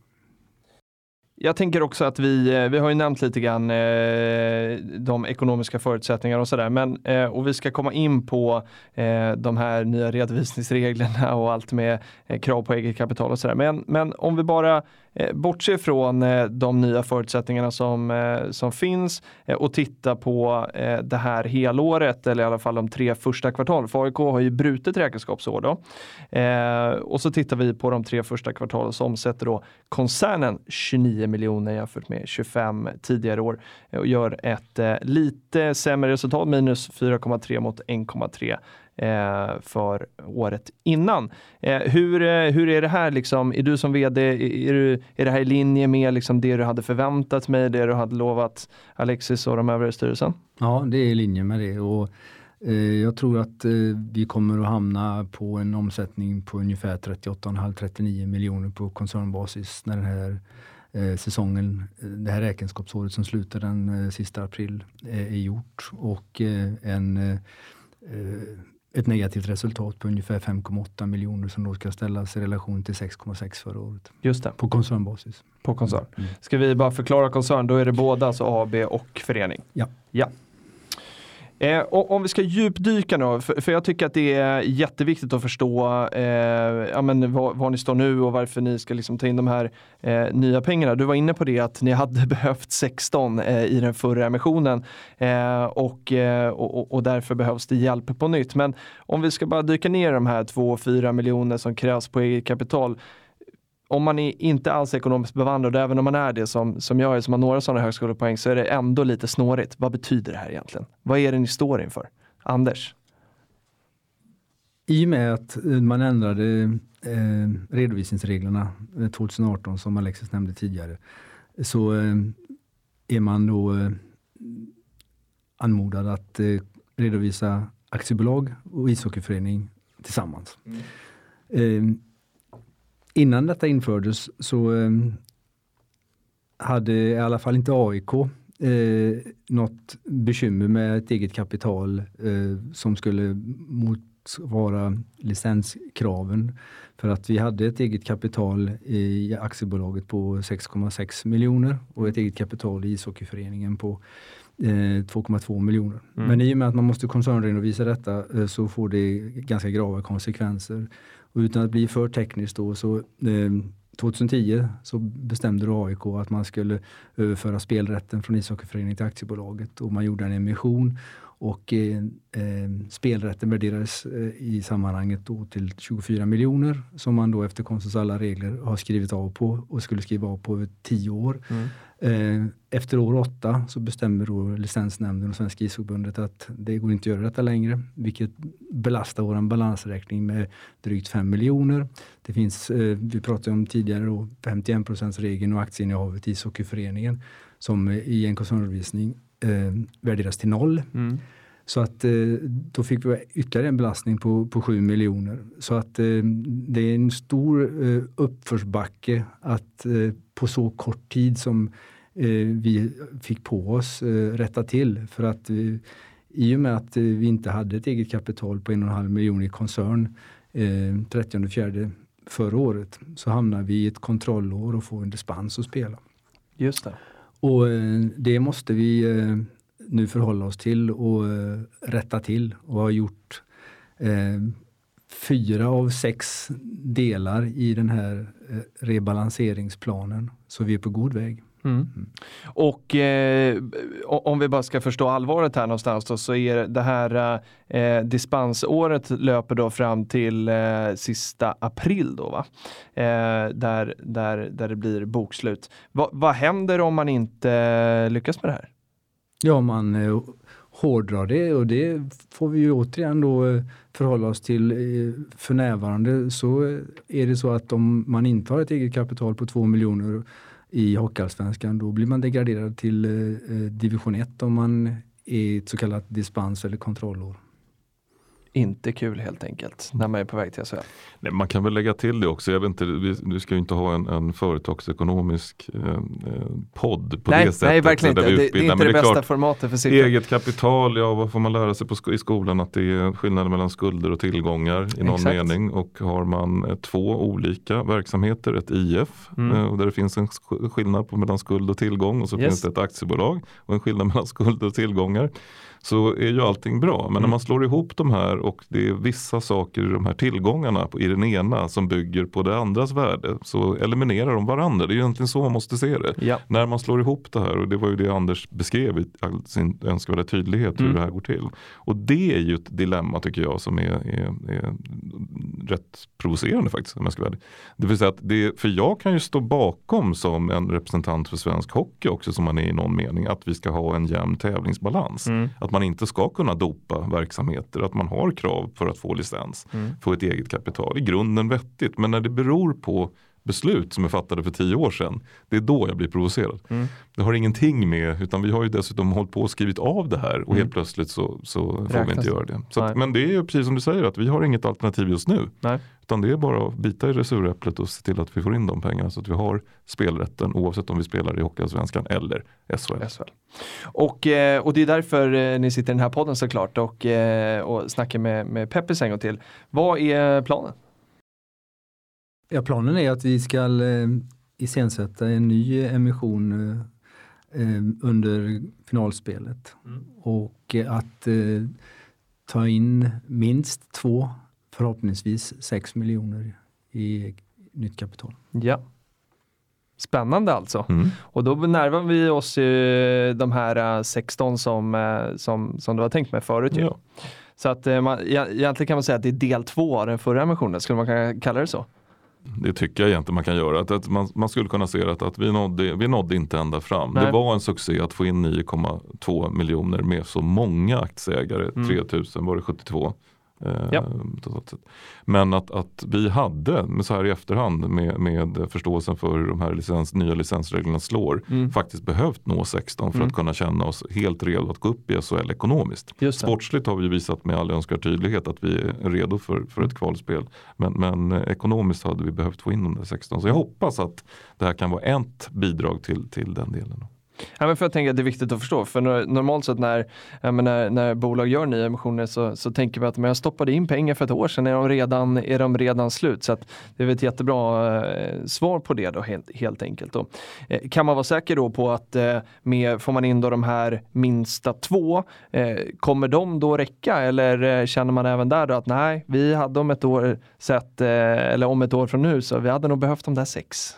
[SPEAKER 2] Jag tänker också att vi, vi har ju nämnt lite grann eh, de ekonomiska förutsättningar och sådär, men eh, och vi ska komma in på eh, de här nya redovisningsreglerna och allt med eh, krav på eget kapital och sådär. Men, men om vi bara eh, bortser från eh, de nya förutsättningarna som, eh, som finns eh, och tittar på eh, det här helåret, eller i alla fall de tre första kvartalen. För A I K har ju brutit räkenskapsår då. Eh, och så tittar vi på de tre första kvartalen som omsätter då koncernen tjugonio miljoner jämfört med tjugofem tidigare år och gör ett eh, lite sämre resultat, minus fyra komma tre mot en komma tre eh, för året innan. Eh, hur, eh, hur är det här liksom, är du som vd, är, du, är det här i linje med liksom det du hade förväntat mig, det du hade lovat Alexis och de övriga styrelsen?
[SPEAKER 3] Ja, det är i linje med det, och eh, jag tror att eh, vi kommer att hamna på en omsättning på ungefär trettioåtta komma fem till trettionio miljoner på koncernbasis när den här Eh, säsongen, det här räkenskapsåret som slutar den eh, sista april eh, är gjort, och eh, en, eh, ett negativt resultat på ungefär fem komma åtta miljoner som då ska ställas i relation till sex komma sex förra året.
[SPEAKER 2] Just det.
[SPEAKER 3] På koncernbasis.
[SPEAKER 2] På koncern. Mm. Ska vi bara förklara koncern, då är det båda, alltså A B och förening?
[SPEAKER 3] Ja.
[SPEAKER 2] Ja. Eh, och om vi ska djupdyka nu, för, för jag tycker att det är jätteviktigt att förstå eh, ja, men var, var ni står nu och varför ni ska liksom ta in de här eh, nya pengarna. Du var inne på det att ni hade behövt sexton eh, i den förra emissionen eh, och, eh, och, och därför behövs det hjälp på nytt. Men om vi ska bara dyka ner de här två fyra miljoner som krävs på eget kapital. Om man är inte alls ekonomiskt bevandrad, även om man är det som, som jag är, som har några sådana högskolepoäng, så är det ändå lite snårigt. Vad betyder det här egentligen? Vad är det ni står inför? Anders?
[SPEAKER 3] I och med att man ändrade eh, redovisningsreglerna tjugo arton, som Alexis nämnde tidigare, så eh, är man då eh, anmodad att eh, redovisa aktiebolag och ishockeyförening tillsammans. Mm. Eh, Innan detta infördes så eh, hade i alla fall inte A I K eh, något bekymmer med ett eget kapital eh, som skulle motsvara licenskraven. För att vi hade ett eget kapital i aktiebolaget på sex komma sex miljoner och ett eget kapital i ishockeyföreningen på eh, två komma två miljoner. Mm. Men i och med att man måste koncernredovisa detta eh, så får det ganska grava konsekvenser. Och utan att bli för tekniskt då, så eh, tjugohundratio så bestämde A I K att man skulle överföra spelrätten från ishockeyföreningen till aktiebolaget, och man gjorde en emission och eh, eh, spelrätten värderades eh, i sammanhanget då till tjugofyra miljoner som man då efter konstens alla regler har skrivit av på och skulle skriva av på över tio år. Mm. Eh, efter år åtta så bestämmer då licensnämnden och Svenska ishockeyförbundet att det går inte att göra detta längre, vilket belastar vår balansräkning med drygt fem miljoner. Det finns, eh, vi pratade om tidigare då, femtioen procents regeln och aktieinnehavet i ishockeyföreningen som i en koncernredovisning eh, värderas till noll. Mm. Så att eh, då fick vi ytterligare en belastning på, på sju miljoner. Så att eh, det är en stor eh, uppförsbacke att eh, på så kort tid som eh, vi fick på oss eh, rätta till. För att eh, i och med att eh, vi inte hade ett eget kapital på en och en halv miljon i koncern eh, trettionde fjärde förra året, så hamnar vi i ett kontrollår och får en dispens att spela.
[SPEAKER 2] Just det.
[SPEAKER 3] Och eh, det måste vi eh, nu förhålla oss till och uh, rätta till, och har gjort uh, fyra av sex delar i den här uh, rebalanseringsplanen, så vi är på god väg. Mm. Mm.
[SPEAKER 2] Och eh, om vi bara ska förstå allvaret här någonstans då, så är det här eh, dispensåret löper då fram till eh, sista april då, va? Eh, där, där, där det blir bokslut. Va, vad händer om man inte lyckas med det här?
[SPEAKER 3] Ja, man eh, hårdrar det, och det får vi ju återigen då eh, förhålla oss till. Eh, för närvarande så eh, är det så att om man inte har ett eget kapital på två miljoner i Hockeyallsvenskan, då blir man degraderad till eh, division ett om man är ett så kallat dispens- eller kontrollår.
[SPEAKER 2] Inte kul helt enkelt när man är på väg till S H L.
[SPEAKER 4] Nej, man kan väl lägga till det också. Jag vet inte, vi, du ska ju inte ha en, en företagsekonomisk eh, podd på
[SPEAKER 2] nej,
[SPEAKER 4] det sättet.
[SPEAKER 2] Nej, verkligen inte. Det, det är inte men det, det bästa klart, formatet för siffror.
[SPEAKER 4] Eget kapital, ja, vad får man lära sig på sk- i skolan? Att det är skillnad mellan skulder och tillgångar i någon Exakt. mening. Och har man eh, två olika verksamheter, ett I F mm. eh, där det finns en sk- skillnad på mellan skuld och tillgång, och så yes. finns det ett aktiebolag och en skillnad mellan skuld och tillgångar, så är ju allting bra. Men mm. när man slår ihop de här och det är vissa saker i de här tillgångarna i den ena som bygger på det andras värde, så eliminerar de varandra. Det är ju egentligen så man måste se det. Ja. När man slår ihop det här, och det var ju det Anders beskrev i all sin önskvärda tydlighet hur mm. det här går till. Och det är ju ett dilemma tycker jag som är, är, är rätt provocerande faktiskt, om jag ska vara det. Det vill säga att det, för jag kan ju stå bakom som en representant för svensk hockey också, som man är i någon mening, att vi ska ha en jämn tävlingsbalans. Mm. Att man inte ska kunna dopa verksamheter, att man har krav för att få licens, mm. få ett eget kapital. I grunden vettigt, men när det beror på beslut som är fattade för tio år sedan, det är då jag blir provocerad. Mm. Det har ingenting med, utan vi har ju dessutom hållit på och skrivit av det här, och mm. helt plötsligt så, så får Räknas. vi inte göra det. Så att, men det är ju precis som du säger, att vi har inget alternativ just nu. Nej. Utan det är bara att bita i resuräpplet och se till att vi får in de pengarna, så att vi har spelrätten oavsett om vi spelar i Hockeyallsvenskan eller S H L.
[SPEAKER 2] S H L. Och, och det är därför ni sitter i den här podden såklart och, och snackar med, med Peppis en gång till. Vad är planen?
[SPEAKER 3] Ja, planen är att vi ska eh, iscensätta en ny emission eh, under finalspelet.
[SPEAKER 2] Mm.
[SPEAKER 3] Och eh, att eh, ta in minst två, förhoppningsvis sex miljoner i nytt kapital.
[SPEAKER 2] Ja. Spännande alltså.
[SPEAKER 4] Mm.
[SPEAKER 2] Och då närmar vi oss i de här sexton som, som, som du har tänkt med förut.
[SPEAKER 4] Ja.
[SPEAKER 2] Så att man, egentligen kan man säga att det är del två av den förra emissionen. Skulle man kunna kalla det så?
[SPEAKER 4] Det tycker jag egentligen man kan göra. Att, att man, man skulle kunna se att, att vi, nådde, vi nådde inte ända fram.
[SPEAKER 2] Nej.
[SPEAKER 4] Det var en succé att få in nio komma två miljoner med så många aktieägare.
[SPEAKER 2] Mm.
[SPEAKER 4] tre tusen var det sjuttiotvå. Eh,
[SPEAKER 2] Ja.
[SPEAKER 4] totalt sett. Men att, att vi hade, med så här i efterhand med, med förståelsen för hur de här licens, nya licensreglerna slår,
[SPEAKER 2] Mm.
[SPEAKER 4] faktiskt behövt nå sexton för
[SPEAKER 2] Mm.
[SPEAKER 4] att kunna känna oss helt redo att gå upp i S H L ekonomiskt.
[SPEAKER 2] Just det.
[SPEAKER 4] Sportsligt har vi visat med all önskvärd tydlighet att vi är redo för, för ett kvalspel. Men, men eh, ekonomiskt hade vi behövt få in de där sexton. Så jag hoppas att det här kan vara ett bidrag till, till den delen.
[SPEAKER 2] Ja, men för jag tänker att det är viktigt att förstå. För normalt sett när, ja, men när, när bolag gör nya emissioner så, så tänker vi att men jag stoppade in pengar för ett år sedan. Är de redan, är de redan slut? Så att det är väl ett jättebra eh, svar på det då helt, helt enkelt. Då. Eh, kan man vara säker då på att eh, med, får man in då de här minsta två, eh, kommer de då räcka? Eller eh, känner man även där då att nej, vi hade om ett år sett, eh, eller om ett år från nu så vi hade nog behövt de där sex.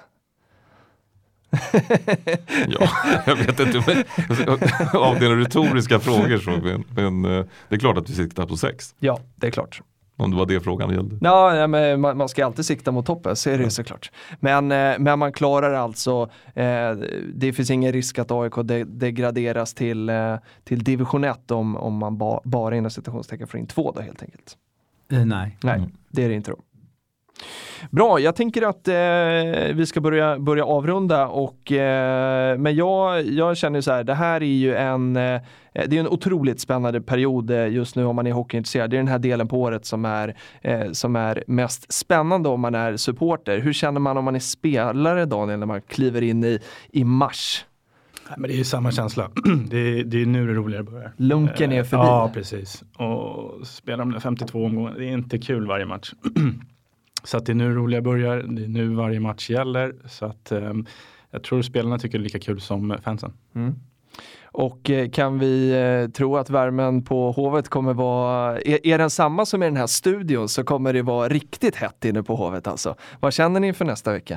[SPEAKER 4] Ja, jag vet inte. Men, av dina retoriska frågor så, men, men det är klart att vi siktar på sex.
[SPEAKER 2] Ja, det är klart.
[SPEAKER 4] Om det var det frågan gällde.
[SPEAKER 2] Ja, ja men man, man ska alltid sikta mot toppen, så är det såklart. Men, eh, men man klarar alltså, eh, det finns ingen risk att A I K de, degraderas till, eh, till division ett om, om man ba, bara inom citationstecken får in två då helt enkelt.
[SPEAKER 3] Eh, nej.
[SPEAKER 2] Nej,
[SPEAKER 4] Mm.
[SPEAKER 2] det är det inte då. Bra, jag tänker att eh, vi ska börja, börja avrunda och eh, men jag, jag känner så här, det här är ju en eh, det är en otroligt spännande period eh, just nu om man är hockeyintresserad. Det är den här delen på året som är, eh, som är mest spännande om man är supporter. Hur känner man om man är spelare, Daniel, när man kliver in i, i mars?
[SPEAKER 5] Nej, men det är ju samma känsla. Det är, det är nu det roligare börjar.
[SPEAKER 2] Lunken är förbi.
[SPEAKER 5] Ja, precis. Och spela de där femtiotvå omgångar, det är inte kul varje match. Så att det är nu det roliga börjar. Det är nu varje match gäller. Så att eh, jag tror spelarna tycker det är lika kul som fansen.
[SPEAKER 2] Mm. Och eh, kan vi eh, tro att värmen på Hovet kommer vara, är, är den samma som i den här studion så kommer det vara riktigt hett inne på Hovet alltså. Vad känner ni för nästa vecka?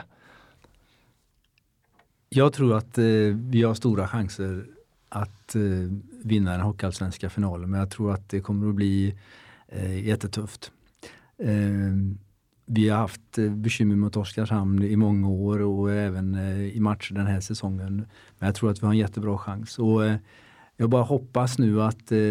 [SPEAKER 3] Jag tror att eh, vi har stora chanser att eh, vinna den hockeyallsvenska finalen, men jag tror att det kommer att bli eh, jättetufft. Eh, vi har haft eh, bekymmer mot Oskarshamn i många år och även eh, i matcher den här säsongen. Men jag tror att vi har en jättebra chans. Och eh, jag bara hoppas nu att eh,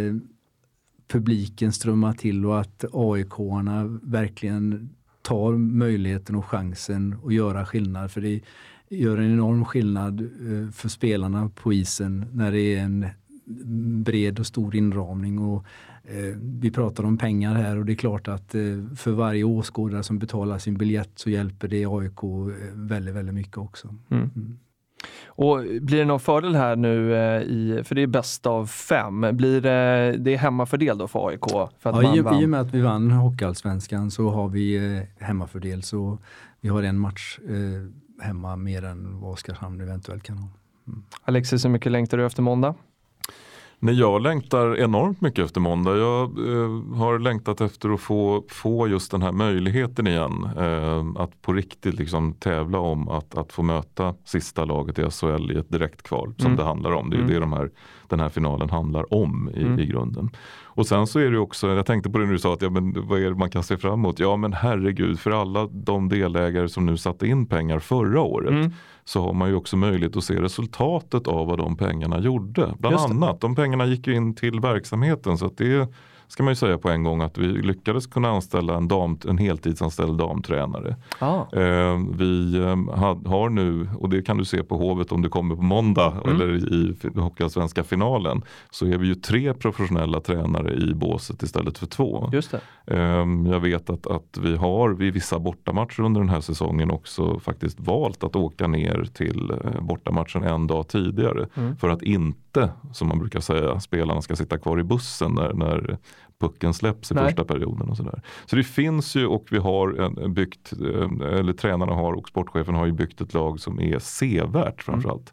[SPEAKER 3] publiken strömmar till och att A I K-arna verkligen tar möjligheten och chansen att göra skillnad. För det gör en enorm skillnad eh, för spelarna på isen när det är en bred och stor inramning. Och eh, vi pratar om pengar här och det är klart att eh, för varje åskådare som betalar sin biljett så hjälper det A I K eh, väldigt, väldigt mycket också.
[SPEAKER 2] Mm.
[SPEAKER 3] Mm.
[SPEAKER 2] Och blir det någon fördel här nu eh, i, för det är bäst av fem, blir det, det är hemmafördel då för A I K? För att
[SPEAKER 3] Ja,
[SPEAKER 2] man
[SPEAKER 3] i,
[SPEAKER 2] vann?
[SPEAKER 3] I och med att vi vann Hockeyallsvenskan så har vi eh, hemmafördel, så vi har en match eh, hemma mer än vad Oskarshamn eventuellt kan ha. Mm.
[SPEAKER 2] Alexis, hur mycket längtar du efter måndag?
[SPEAKER 4] Nej, jag längtar enormt mycket efter måndag. Jag eh, har längtat efter att få, få just den här möjligheten igen. Eh, att på riktigt liksom tävla om att, att få möta sista laget i S H L i ett direktkval som
[SPEAKER 2] Mm.
[SPEAKER 4] det handlar om. Det är ju
[SPEAKER 2] Mm.
[SPEAKER 4] det de här, den här finalen handlar om i,
[SPEAKER 2] Mm.
[SPEAKER 4] i grunden. Och sen så är det också, jag tänkte på det när du sa att ja, men vad är det man kan se fram emot? Ja men herregud, för alla de delägare som nu satte in pengar förra året
[SPEAKER 2] Mm.
[SPEAKER 4] så har man ju också möjlighet att se resultatet av vad de pengarna gjorde. Bland
[SPEAKER 2] Just det.
[SPEAKER 4] annat, de pengarna gick ju in till verksamheten, så att det ska man ju säga på en gång att vi lyckades kunna anställa en, dam, en heltidsanställd damtränare.
[SPEAKER 2] Ah.
[SPEAKER 4] Eh, vi eh, had, har nu, och det kan du se på Hovet om det kommer på måndag
[SPEAKER 2] Mm.
[SPEAKER 4] eller i Hockeyallsvenska finalen, så är vi ju tre professionella tränare i båset istället för två.
[SPEAKER 2] Just det.
[SPEAKER 4] Eh, jag vet att, att vi har vid vissa bortamatcher under den här säsongen också faktiskt valt att åka ner till eh, bortamatchen en dag tidigare
[SPEAKER 2] Mm.
[SPEAKER 4] för att inte, som man brukar säga, spelarna ska sitta kvar i bussen när, när pucken släpps i
[SPEAKER 2] Nej.
[SPEAKER 4] första perioden och sådär. Så det finns ju, och vi har en, byggt, eller tränarna har och sportchefen har ju byggt ett lag som är sevärt framförallt.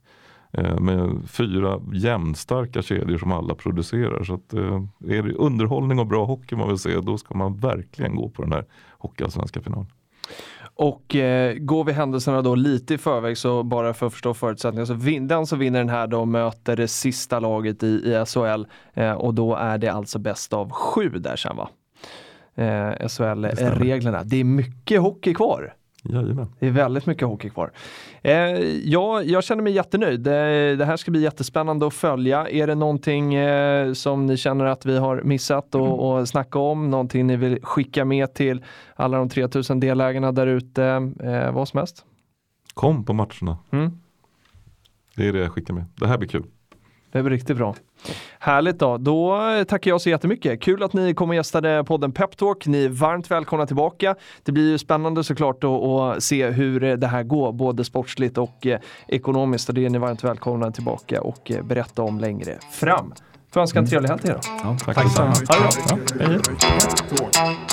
[SPEAKER 4] eh, med fyra jämnstarka kedjor som alla producerar. Så att, eh, är det underhållning och bra hockey man vill se, då ska man verkligen gå på den här hockeyallsvenska finalen.
[SPEAKER 2] Och eh, går vi händelserna då lite i förväg, så bara för att förstå förutsättningar, så vin- den som vinner den här då möter det sista laget i, i S H L eh, och då är det alltså bäst av sju där sen, va? Eh, S H L-reglerna. Det är mycket hockey kvar.
[SPEAKER 4] Jajamän.
[SPEAKER 2] Det är väldigt mycket hockey kvar. Eh, ja, jag känner mig jättenöjd. Det, det här ska bli jättespännande att följa. Är det någonting eh, som ni känner att vi har missat och, mm. och snacka om? Någonting ni vill skicka med till alla de tre tusen delägarna där ute? Eh, vad som helst?
[SPEAKER 4] Kom på matcherna.
[SPEAKER 2] Mm.
[SPEAKER 4] Det är det jag skickar med. Det här blir kul.
[SPEAKER 2] Det blir riktigt bra. Härligt då. Då tackar jag så jättemycket. Kul att ni kom och gästade podden Pep Talk. Ni är varmt välkomna tillbaka. Det blir ju spännande såklart att, att se hur det här går, både sportsligt och eh, ekonomiskt. Och det är ni varmt välkomna tillbaka och eh, berätta om längre fram. Får jag önska en trevlig helg till er då.
[SPEAKER 3] Ja,
[SPEAKER 4] tack.
[SPEAKER 2] Tack så mycket.
[SPEAKER 4] Ja, hej.